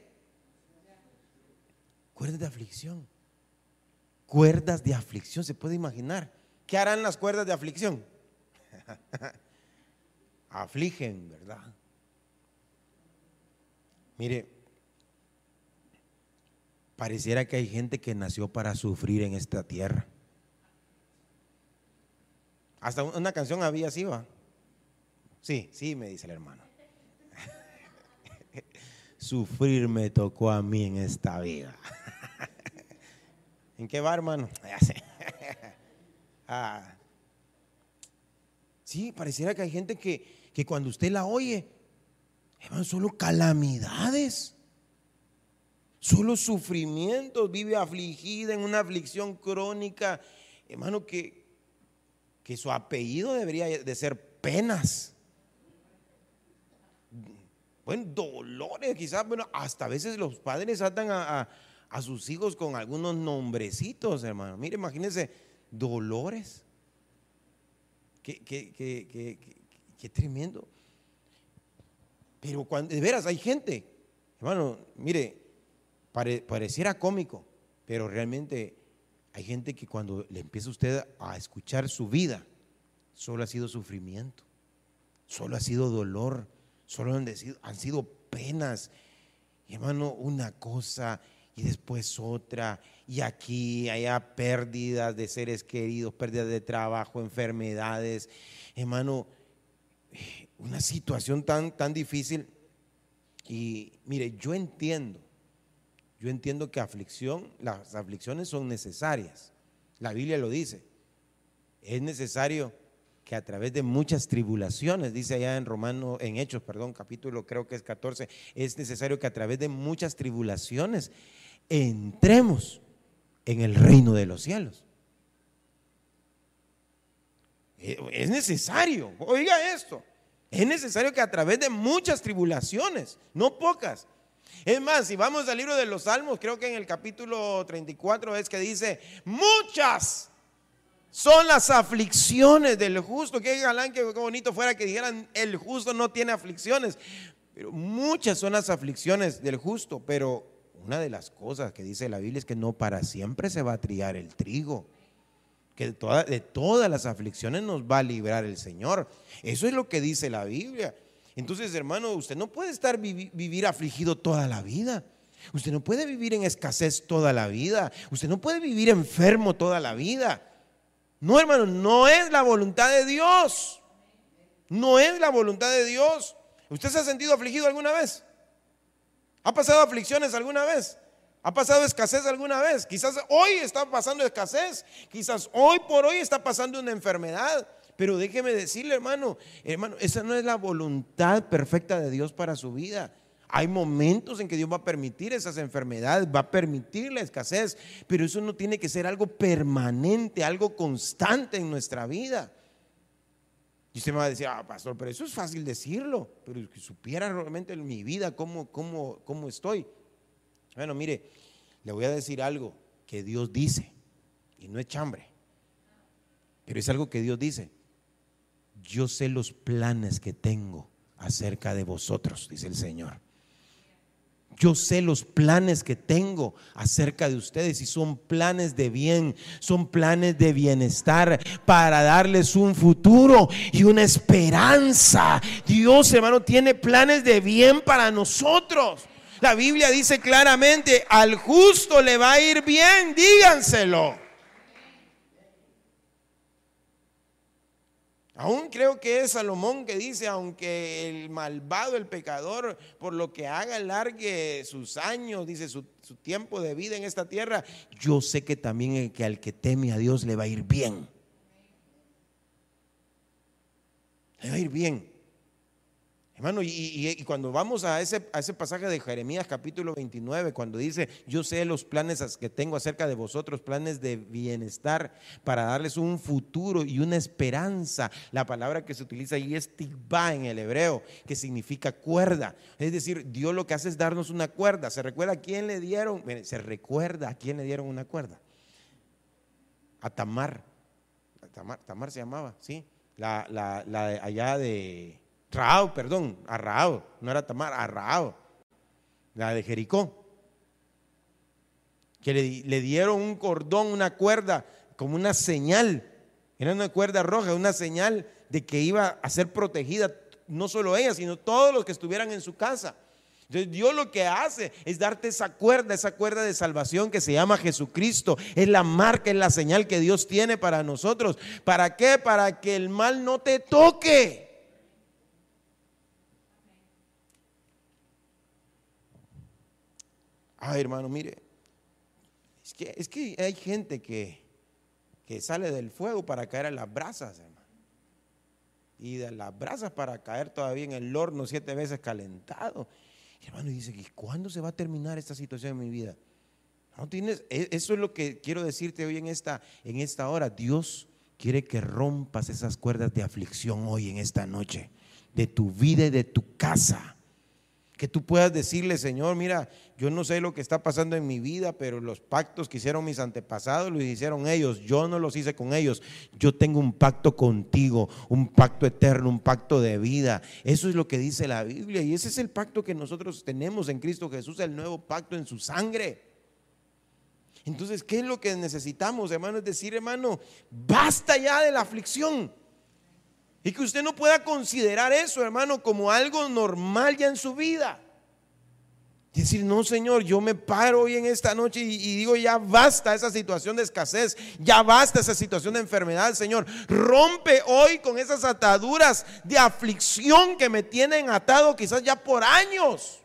Cuerdas de aflicción. Cuerdas de aflicción, ¿se puede imaginar? ¿Qué harán las cuerdas de aflicción? Afligen, ¿verdad? Mire, pareciera que hay gente que nació para sufrir en esta tierra. Hasta una canción había así, ¿va? Sí, me dice el hermano. Sufrir me tocó a mí en esta vida. ¿En qué va, hermano? Ya sé. Sí, pareciera que hay gente que cuando usted la oye, hermano, solo calamidades, solo sufrimientos, vive afligida en una aflicción crónica, hermano, que su apellido debería de ser penas. Bueno, dolores quizás, bueno, hasta a veces los padres atan a sus hijos con algunos nombrecitos, hermano. Mire, imagínense, dolores. Qué tremendo. Pero cuando de veras hay gente, hermano, mire, pareciera cómico, pero realmente hay gente que cuando le empieza usted a escuchar su vida, solo ha sido sufrimiento, solo ha sido dolor, solo han sido penas. Y hermano, una cosa y después otra, y aquí, allá, pérdidas de seres queridos, pérdidas de trabajo, enfermedades, hermano, una situación tan difícil. Y mire, yo entiendo que las aflicciones son necesarias. La Biblia lo dice. Es necesario que a través de muchas tribulaciones, dice allá en Hechos, capítulo creo que es 14, es necesario que a través de muchas tribulaciones entremos en el reino de los cielos. Es necesario, oiga esto, es necesario que a través de muchas tribulaciones, no pocas. Es más, si vamos al libro de los Salmos, creo que en el capítulo 34 es que dice, muchas son las aflicciones del justo. Qué galán, qué bonito fuera que dijeran, el justo no tiene aflicciones. Pero muchas son las aflicciones del justo, pero una de las cosas que dice la Biblia es que no para siempre se va a triar el trigo, que de todas las aflicciones nos va a librar el Señor. Eso es lo que dice la Biblia. Entonces, hermano, usted no puede estar vivir afligido toda la vida. Usted no puede vivir en escasez toda la vida. Usted no puede vivir enfermo toda la vida. No, hermano, no es la voluntad de Dios. No es la voluntad de Dios. ¿Usted se ha sentido afligido alguna vez? ¿Ha pasado aflicciones alguna vez? ¿Ha pasado escasez alguna vez? Quizás hoy está pasando escasez. Quizás hoy por hoy está pasando una enfermedad. Pero déjeme decirle, hermano, esa no es la voluntad perfecta de Dios para su vida. Hay momentos en que Dios va a permitir esas enfermedades, va a permitir la escasez, pero eso no tiene que ser algo permanente, algo constante en nuestra vida. Y usted me va a decir, pastor, pero eso es fácil decirlo, pero que supiera realmente en mi vida cómo estoy. Bueno, mire, le voy a decir algo que Dios dice, y no es chambre, pero es algo que Dios dice. Yo sé los planes que tengo acerca de vosotros, dice el Señor. Yo sé los planes que tengo acerca de ustedes y son planes de bien, son planes de bienestar para darles un futuro y una esperanza. Dios, hermano, tiene planes de bien para nosotros. La Biblia dice claramente, al justo le va a ir bien, díganselo. Aún creo que es Salomón que dice, aunque el malvado, el pecador, por lo que haga, alargue sus años, dice su tiempo de vida en esta tierra, yo sé que también que al que teme a Dios le va a ir bien. Le va a ir bien. Hermano, y cuando vamos a ese pasaje de Jeremías capítulo 29, cuando dice, yo sé los planes que tengo acerca de vosotros, planes de bienestar para darles un futuro y una esperanza. La palabra que se utiliza ahí es tikvá en el hebreo, que significa cuerda. Es decir, Dios lo que hace es darnos una cuerda. ¿Se recuerda a quién le dieron? Se recuerda a quién le dieron una cuerda. A Tamar. Tamar se llamaba, ¿sí? La allá de Rahab, perdón, a Rahab, no era Tamar, a Rahab, la de Jericó, que le dieron un cordón, una cuerda, como una señal, era una cuerda roja, una señal de que iba a ser protegida, no solo ella, sino todos los que estuvieran en su casa. Entonces Dios lo que hace es darte esa cuerda de salvación que se llama Jesucristo. Es la marca, es la señal que Dios tiene para nosotros. ¿Para qué? Para que el mal no te toque. Ay, hermano, mire, es que hay gente que sale del fuego para caer a las brasas, hermano. Y de las brasas para caer todavía en el horno 7 veces calentado. Y hermano, dice, ¿y cuándo se va a terminar esta situación en mi vida? ¿No tienes? Eso es lo que quiero decirte hoy en esta hora. Dios quiere que rompas esas cuerdas de aflicción hoy en esta noche, de tu vida y de tu casa. Que tú puedas decirle, Señor, mira, yo no sé lo que está pasando en mi vida, pero los pactos que hicieron mis antepasados los hicieron ellos, yo no los hice con ellos. Yo tengo un pacto contigo, un pacto eterno, un pacto de vida. Eso es lo que dice la Biblia y ese es el pacto que nosotros tenemos en Cristo Jesús, el nuevo pacto en su sangre. Entonces, ¿qué es lo que necesitamos, hermano? Es decir, hermano, basta ya de la aflicción. Y que usted no pueda considerar eso, hermano, como algo normal ya en su vida. Y decir, no, Señor, yo me paro hoy en esta noche y digo, ya basta esa situación de escasez, ya basta esa situación de enfermedad, Señor. Rompe hoy con esas ataduras de aflicción que me tienen atado quizás ya por años.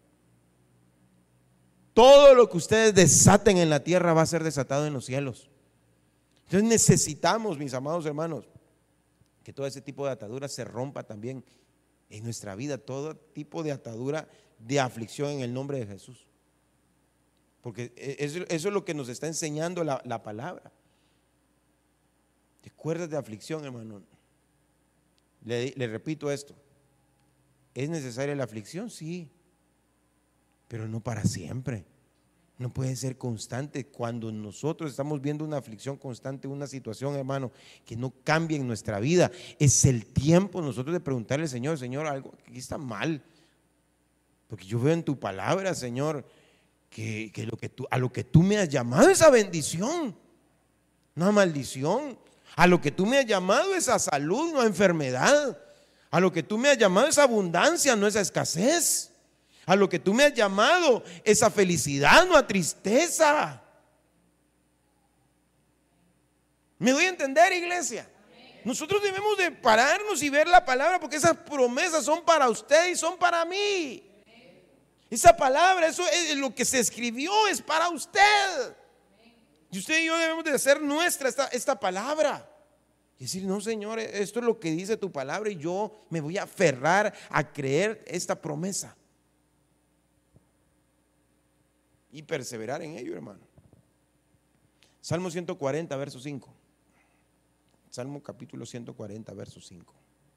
Todo lo que ustedes desaten en la tierra va a ser desatado en los cielos. Entonces necesitamos, mis amados hermanos, que todo ese tipo de atadura se rompa también en nuestra vida, todo tipo de atadura de aflicción en el nombre de Jesús. Porque eso es lo que nos está enseñando la palabra. De cuerdas de aflicción, hermano. Le repito esto. ¿Es necesaria la aflicción? Sí, pero no para siempre. No puede ser constante. Cuando nosotros estamos viendo una aflicción constante, una situación, hermano, que no cambie en nuestra vida, es el tiempo nosotros de preguntarle al Señor, Señor, algo aquí está mal. Porque yo veo en tu palabra, Señor, a lo que tú me has llamado es a bendición, no a maldición. A lo que tú me has llamado es a salud, no a enfermedad. A lo que tú me has llamado es a abundancia, no es a escasez. A lo que tú me has llamado es a felicidad, no a tristeza. ¿Me doy a entender, iglesia? Nosotros debemos de pararnos y ver la palabra, porque esas promesas son para usted y son para mí. Esa palabra, eso es lo que se escribió, es para usted. Y usted y yo debemos de hacer nuestra esta palabra. Y decir, no, Señor, esto es lo que dice tu palabra y yo me voy a aferrar a creer esta promesa. Y perseverar en ello, hermano. Salmo 140, verso 5. Salmo capítulo 140, verso 5.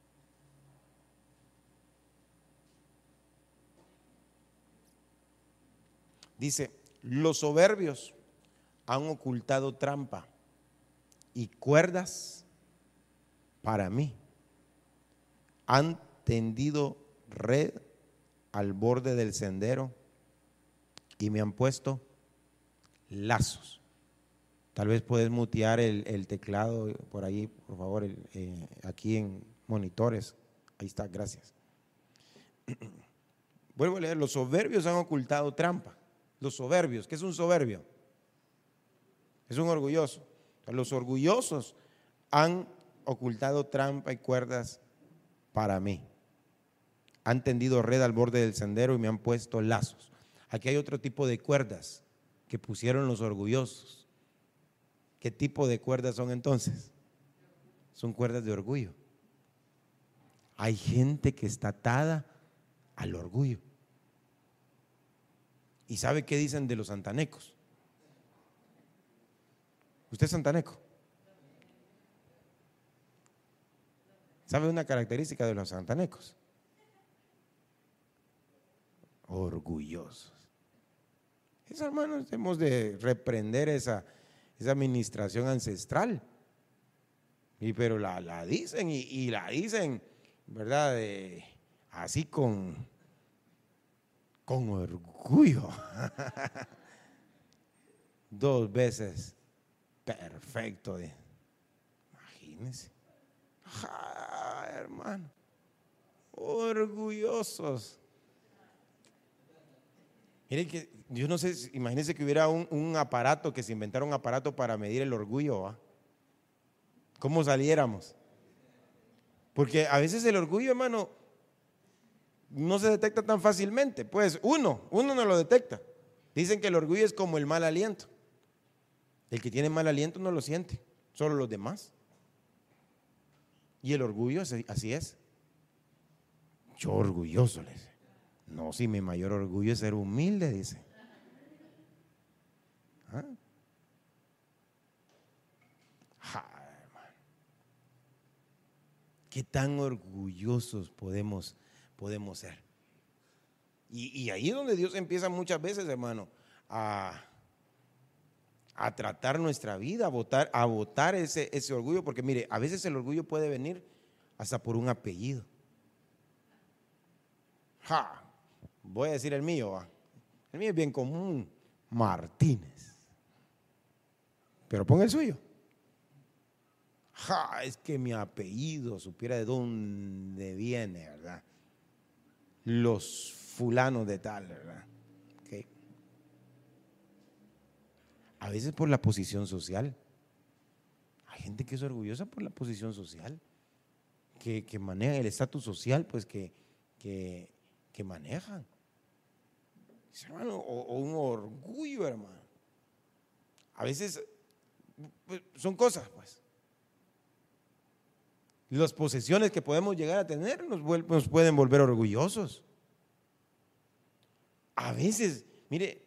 Dice, los soberbios han ocultado trampa y cuerdas para mí. Han tendido red al borde del sendero y me han puesto lazos. Tal vez puedes mutear el teclado por ahí, por favor, aquí en monitores. Ahí está, gracias. Vuelvo a leer, los soberbios han ocultado trampa. Los soberbios, ¿qué es un soberbio? Es un orgulloso. Los orgullosos han ocultado trampa y cuerdas para mí. Han tendido red al borde del sendero y me han puesto lazos. Aquí hay otro tipo de cuerdas que pusieron los orgullosos. ¿Qué tipo de cuerdas son entonces? Son cuerdas de orgullo. Hay gente que está atada al orgullo. ¿Y sabe qué dicen de los santanecos? ¿Usted es santaneco? ¿Sabe una característica de los santanecos? Orgullosos. Esos hermanos, hemos de reprender esa administración ancestral. Pero la dicen y la dicen, ¿verdad? Así con orgullo. 2 veces perfecto. Imagínense. Hermano, orgullosos. Miren que yo no sé, imagínense que hubiera un aparato, que se inventara un aparato para medir el orgullo, ¿va? ¿Cómo saliéramos? Porque a veces el orgullo, hermano, no se detecta tan fácilmente. Pues uno no lo detecta. Dicen que el orgullo es como el mal aliento. El que tiene mal aliento no lo siente, solo los demás. Y el orgullo, así es. Yo orgulloso, le dice. No, si mi mayor orgullo es ser humilde, dice. ¿Ah? Hermano. ¿Qué tan orgullosos podemos ser? Y ahí es donde Dios empieza muchas veces, hermano, a tratar nuestra vida, a botar ese orgullo, porque mire, a veces el orgullo puede venir hasta por un apellido. Voy a decir el mío, ¿va? El mío es bien común, Martínez. Pero ponga el suyo. Es que mi apellido, supiera de dónde viene, ¿verdad? Los fulanos de tal, ¿verdad? Okay. A veces por la posición social. Hay gente que es orgullosa por la posición social, que maneja el estatus social, pues que manejan. Hermano, o un orgullo, hermano. A veces pues, son cosas, pues. Las posesiones que podemos llegar a tener nos pueden volver orgullosos. A veces, mire,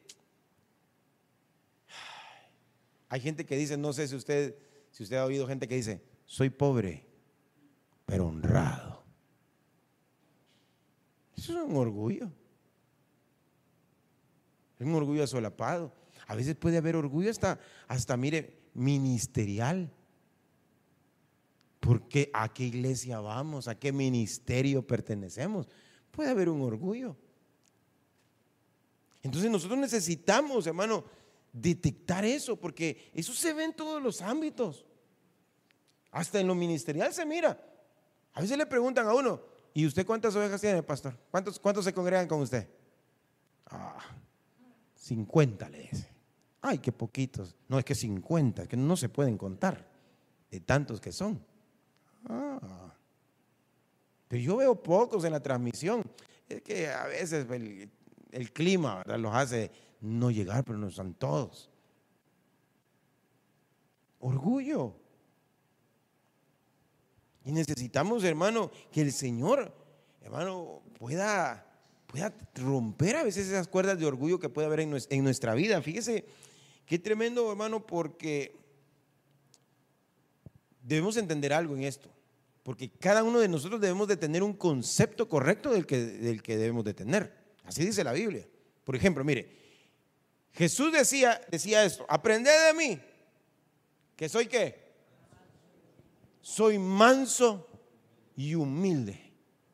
hay gente que dice, no sé si usted ha oído gente que dice, soy pobre, pero honrado. Eso es un orgullo. Es un orgullo asolapado. A veces puede haber orgullo hasta mire, ministerial. Porque ¿a qué iglesia vamos? ¿A qué ministerio pertenecemos? Puede haber un orgullo. Entonces nosotros necesitamos, hermano, detectar eso, porque eso se ve en todos los ámbitos. Hasta en lo ministerial se mira. A veces le preguntan a uno, ¿y usted cuántas ovejas tiene, pastor? ¿Cuántos se congregan con usted? 50, le dice. Ay, qué poquitos. No, es que 50, que no se pueden contar de tantos que son. Pero yo veo pocos en la transmisión. Es que a veces el clima, ¿verdad?, los hace no llegar, pero no son todos. Orgullo. Y necesitamos, hermano, que el Señor, hermano, pueda romper a veces esas cuerdas de orgullo que puede haber en nuestra vida. Fíjese qué tremendo, hermano, porque debemos entender algo en esto. Porque cada uno de nosotros debemos de tener un concepto correcto del que debemos de tener. Así dice la Biblia. Por ejemplo, mire, Jesús decía esto: aprended de mí, que soy ¿qué? Soy manso y humilde.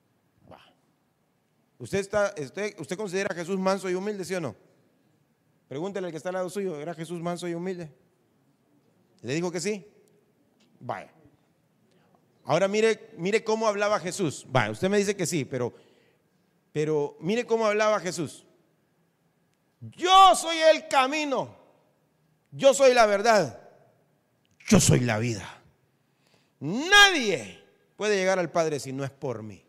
¿Usted considera a Jesús manso y humilde, sí o no? Pregúntele al que está al lado suyo, ¿era Jesús manso y humilde? ¿Le dijo que sí? Vaya. Ahora mire cómo hablaba Jesús. Vaya, usted me dice que sí, pero mire cómo hablaba Jesús. Yo soy el camino, yo soy la verdad, yo soy la vida. Nadie puede llegar al Padre si no es por mí.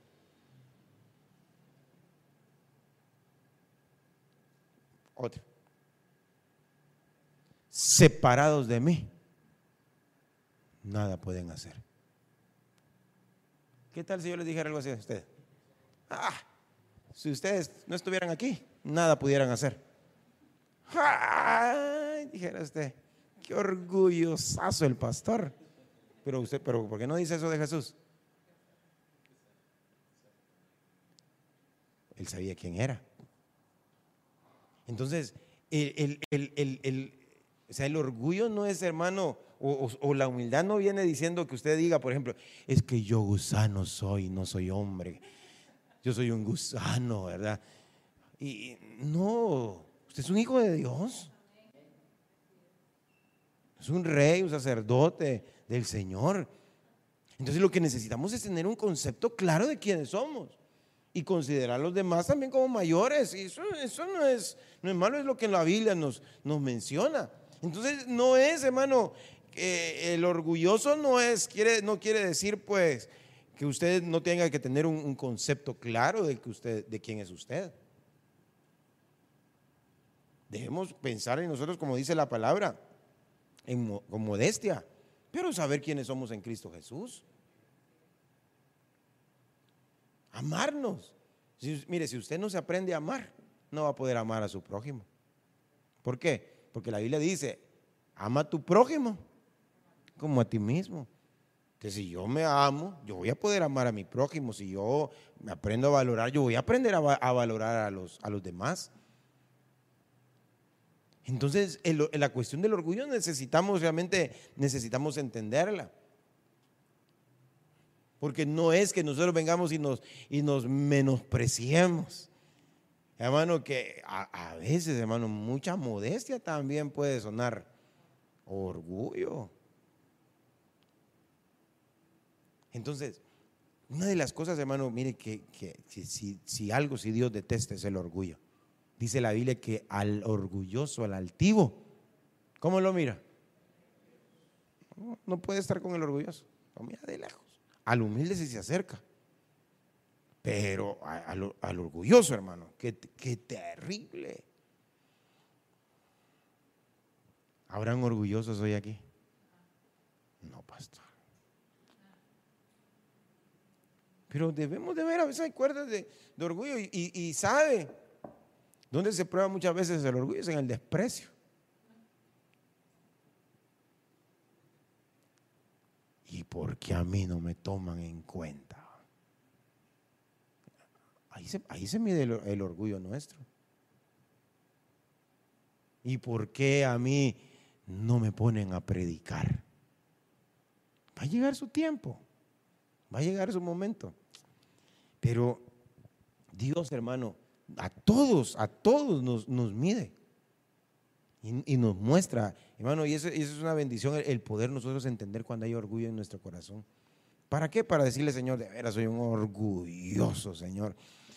Otro. Separados de mí, nada pueden hacer. ¿Qué tal si yo les dijera algo así a ustedes? Si ustedes no estuvieran aquí, nada pudieran hacer. Dijera usted, qué orgullosazo el pastor. Pero ¿por qué no dice eso de Jesús? Él sabía quién era. Entonces, el orgullo no es, hermano, o la humildad no viene diciendo que usted diga, por ejemplo, es que yo gusano soy, no soy hombre. Yo soy un gusano, ¿verdad? Y no, usted es un hijo de Dios. Es un rey, un sacerdote del Señor. Entonces lo que necesitamos es tener un concepto claro de quiénes somos y considerar a los demás también como mayores. Y eso no es malo, es lo que en la Biblia nos menciona. Entonces no es, hermano, el orgulloso no quiere decir pues que usted no tenga que tener un concepto claro de quién es usted. Debemos pensar en nosotros, como dice la palabra, con modestia, pero saber quiénes somos en Cristo Jesús. Amarnos. Mire, si usted no se aprende a amar, no va a poder amar a su prójimo. ¿Por qué? Porque la Biblia dice, ama a tu prójimo como a ti mismo. Entonces, si yo me amo, yo voy a poder amar a mi prójimo. Si yo me aprendo a valorar, yo voy a aprender a valorar a los demás. Entonces, en la cuestión del orgullo necesitamos entenderla. Porque no es que nosotros vengamos y nos menospreciemos. Hermano, que a veces, hermano, mucha modestia también puede sonar orgullo. Entonces, una de las cosas, hermano, mire que si Dios detesta es el orgullo. Dice la Biblia que al orgulloso, al altivo, ¿cómo lo mira? No puede estar con el orgulloso, lo mira de lejos. Al humilde sí se acerca, pero al orgulloso, hermano, qué terrible. ¿Habrán orgullosos hoy aquí? No, pastor. Pero debemos de ver, a veces hay cuerdas de orgullo y sabe dónde se prueba muchas veces el orgullo, es en el desprecio. ¿Y por qué a mí no me toman en cuenta? Ahí se mide el orgullo nuestro. ¿Y por qué a mí no me ponen a predicar? Va a llegar su tiempo, va a llegar su momento. Pero Dios, hermano, A todos nos mide y nos muestra, hermano, y eso es una bendición, el poder nosotros entender cuando hay orgullo en nuestro corazón. ¿Para qué? Para decirle, Señor, de veras soy un orgulloso, Señor.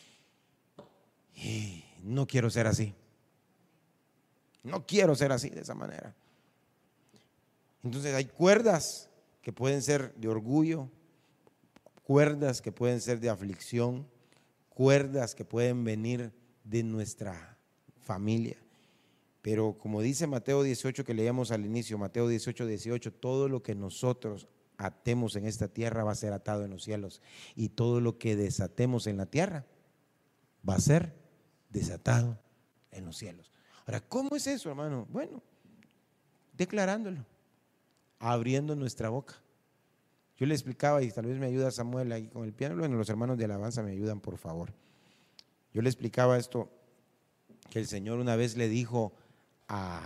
Y no quiero ser así. No quiero ser así, de esa manera. Entonces hay cuerdas que pueden ser de orgullo, cuerdas que pueden ser de aflicción, cuerdas que pueden venir de nuestra familia. Pero como dice Mateo 18 que leíamos al inicio, Mateo 18, 18, todo lo que nosotros atemos en esta tierra va a ser atado en los cielos, y todo lo que desatemos en la tierra va a ser desatado en los cielos. Ahora, ¿cómo es eso, hermano? Bueno, declarándolo, abriendo nuestra boca. Yo le explicaba, y tal vez me ayuda Samuel ahí con el piano, bueno, los hermanos de alabanza me ayudan, por favor. Yo le explicaba esto, que el Señor una vez le dijo a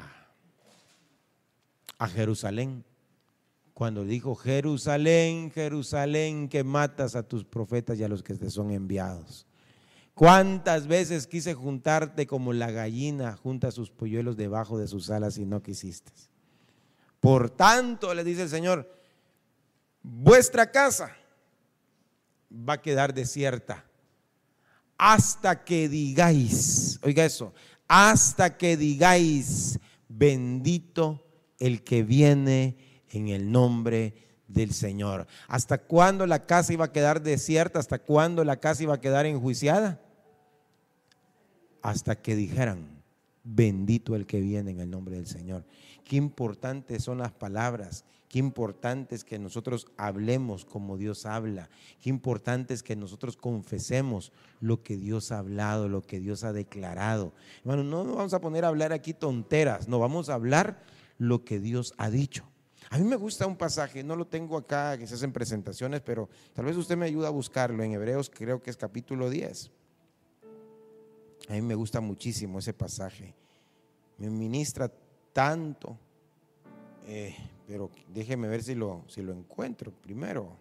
Jerusalén, cuando dijo: Jerusalén, Jerusalén, que matas a tus profetas y a los que te son enviados. ¿Cuántas veces quise juntarte como la gallina junta sus polluelos debajo de sus alas y no quisiste? Por tanto, le dice el Señor, vuestra casa va a quedar desierta hasta que digáis, oiga eso, hasta que digáis: bendito el que viene en el nombre del Señor. ¿Hasta cuándo la casa iba a quedar desierta? ¿Hasta cuándo la casa iba a quedar enjuiciada? Hasta que dijeran: bendito el que viene en el nombre del Señor. Qué importantes son las palabras, qué importante es que nosotros hablemos como Dios habla, qué importante es que nosotros confesemos lo que Dios ha hablado, lo que Dios ha declarado. Hermano, no nos vamos a poner a hablar aquí tonteras, no, vamos a hablar lo que Dios ha dicho. A mí me gusta un pasaje, no lo tengo acá, que se hacen presentaciones, pero tal vez usted me ayude a buscarlo en Hebreos, creo que es capítulo 10. A mí me gusta muchísimo ese pasaje, me ministra tanto, pero déjeme ver si lo encuentro primero.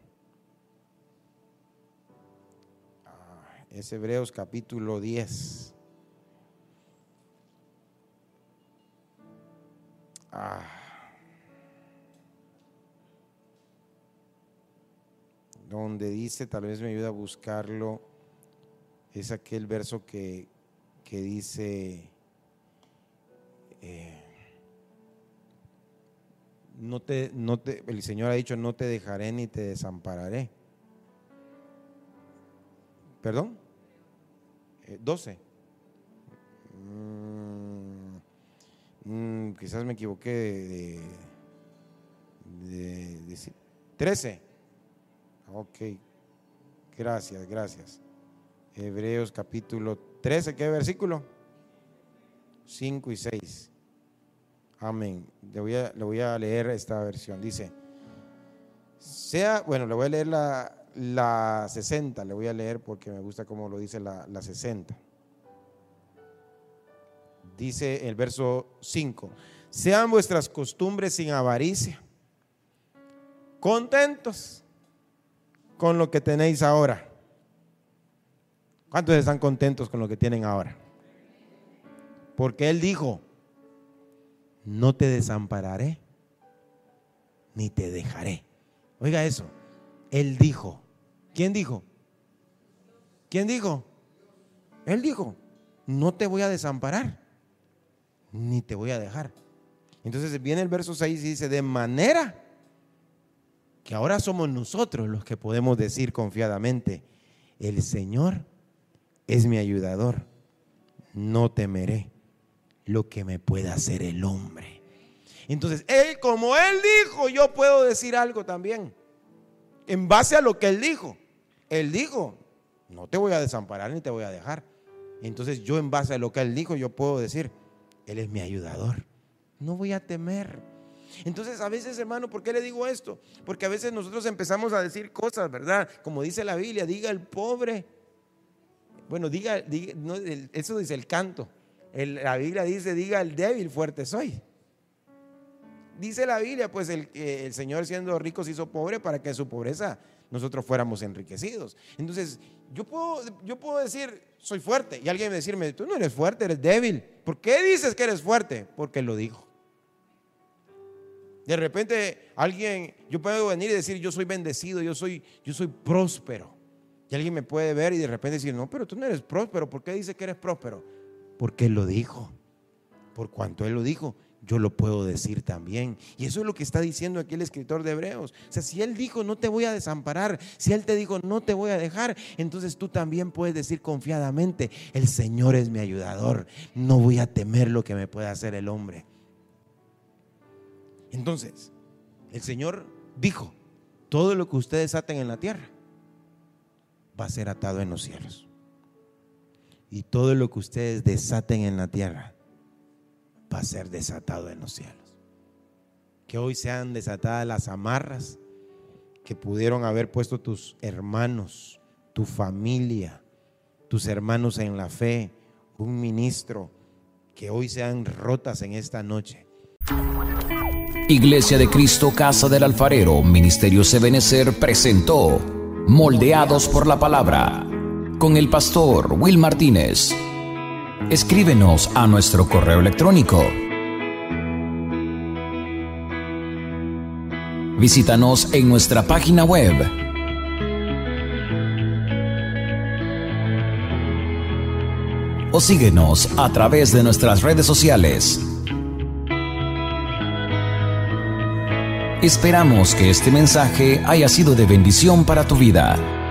Es Hebreos capítulo 10. Donde dice, tal vez me ayuda a buscarlo, es aquel verso que dice, el Señor ha dicho: no te dejaré ni te desampararé. ¿Perdón? 12. Quizás me equivoqué de 13. Ok, gracias. Hebreos capítulo 13, ¿qué versículo? 5 y 6. Amén. Le voy a leer esta versión. Dice, le voy a leer la 60, le voy a leer porque me gusta cómo lo dice la 60. Dice el verso 5: sean vuestras costumbres sin avaricia, contentos con lo que tenéis ahora. ¿Cuántos están contentos con lo que tienen ahora? Porque Él dijo: no te desampararé ni te dejaré. Oiga eso, Él dijo. ¿Quién dijo? ¿Quién dijo? Él dijo: no te voy a desamparar ni te voy a dejar. Entonces viene el verso 6 y dice: de manera que ahora somos nosotros los que podemos decir confiadamente: el Señor es mi ayudador, no temeré lo que me pueda hacer el hombre. Entonces, como Él dijo, yo puedo decir algo también, en base a lo que Él dijo. Él dijo: no te voy a desamparar ni te voy a dejar. Entonces yo, en base a lo que Él dijo, yo puedo decir: Él es mi ayudador, no voy a temer. Entonces, a veces, hermano, ¿por qué le digo esto? Porque a veces nosotros empezamos a decir cosas, ¿verdad? Como dice la Biblia: diga el pobre. Bueno, diga no, eso dice el canto. La Biblia dice: diga el débil, fuerte soy. dice la Biblia, pues el Señor siendo rico se hizo pobre para que en su pobreza nosotros fuéramos enriquecidos. Entonces, yo puedo decir, soy fuerte, y alguien decirme, tú no eres fuerte, eres débil. ¿Por qué dices que eres fuerte? Porque lo dijo. De repente yo puedo venir y decir, yo soy bendecido, yo soy próspero. Y alguien me puede ver y de repente decir, no, pero tú no eres próspero. ¿Por qué dices que eres próspero? Porque Él lo dijo. Por cuanto Él lo dijo, yo lo puedo decir también. Y eso es lo que está diciendo aquí el escritor de Hebreos. O sea, si Él dijo, no te voy a desamparar, si Él te dijo, no te voy a dejar, entonces tú también puedes decir confiadamente, el Señor es mi ayudador, no voy a temer lo que me pueda hacer el hombre. Entonces, el Señor dijo, todo lo que ustedes aten en la tierra va a ser atado en los cielos. Y todo lo que ustedes desaten en la tierra va a ser desatado en los cielos. Que hoy sean desatadas las amarras que pudieron haber puesto tus hermanos, tu familia, tus hermanos en la fe, un ministro, que hoy sean rotas en esta noche. Iglesia de Cristo, Casa del Alfarero, Ministerio Ebenecer presentó Moldeados por la Palabra con el pastor Will Martínez. Escríbenos a nuestro correo electrónico. Visítanos en nuestra página web. O síguenos a través de nuestras redes sociales. Esperamos que este mensaje haya sido de bendición para tu vida.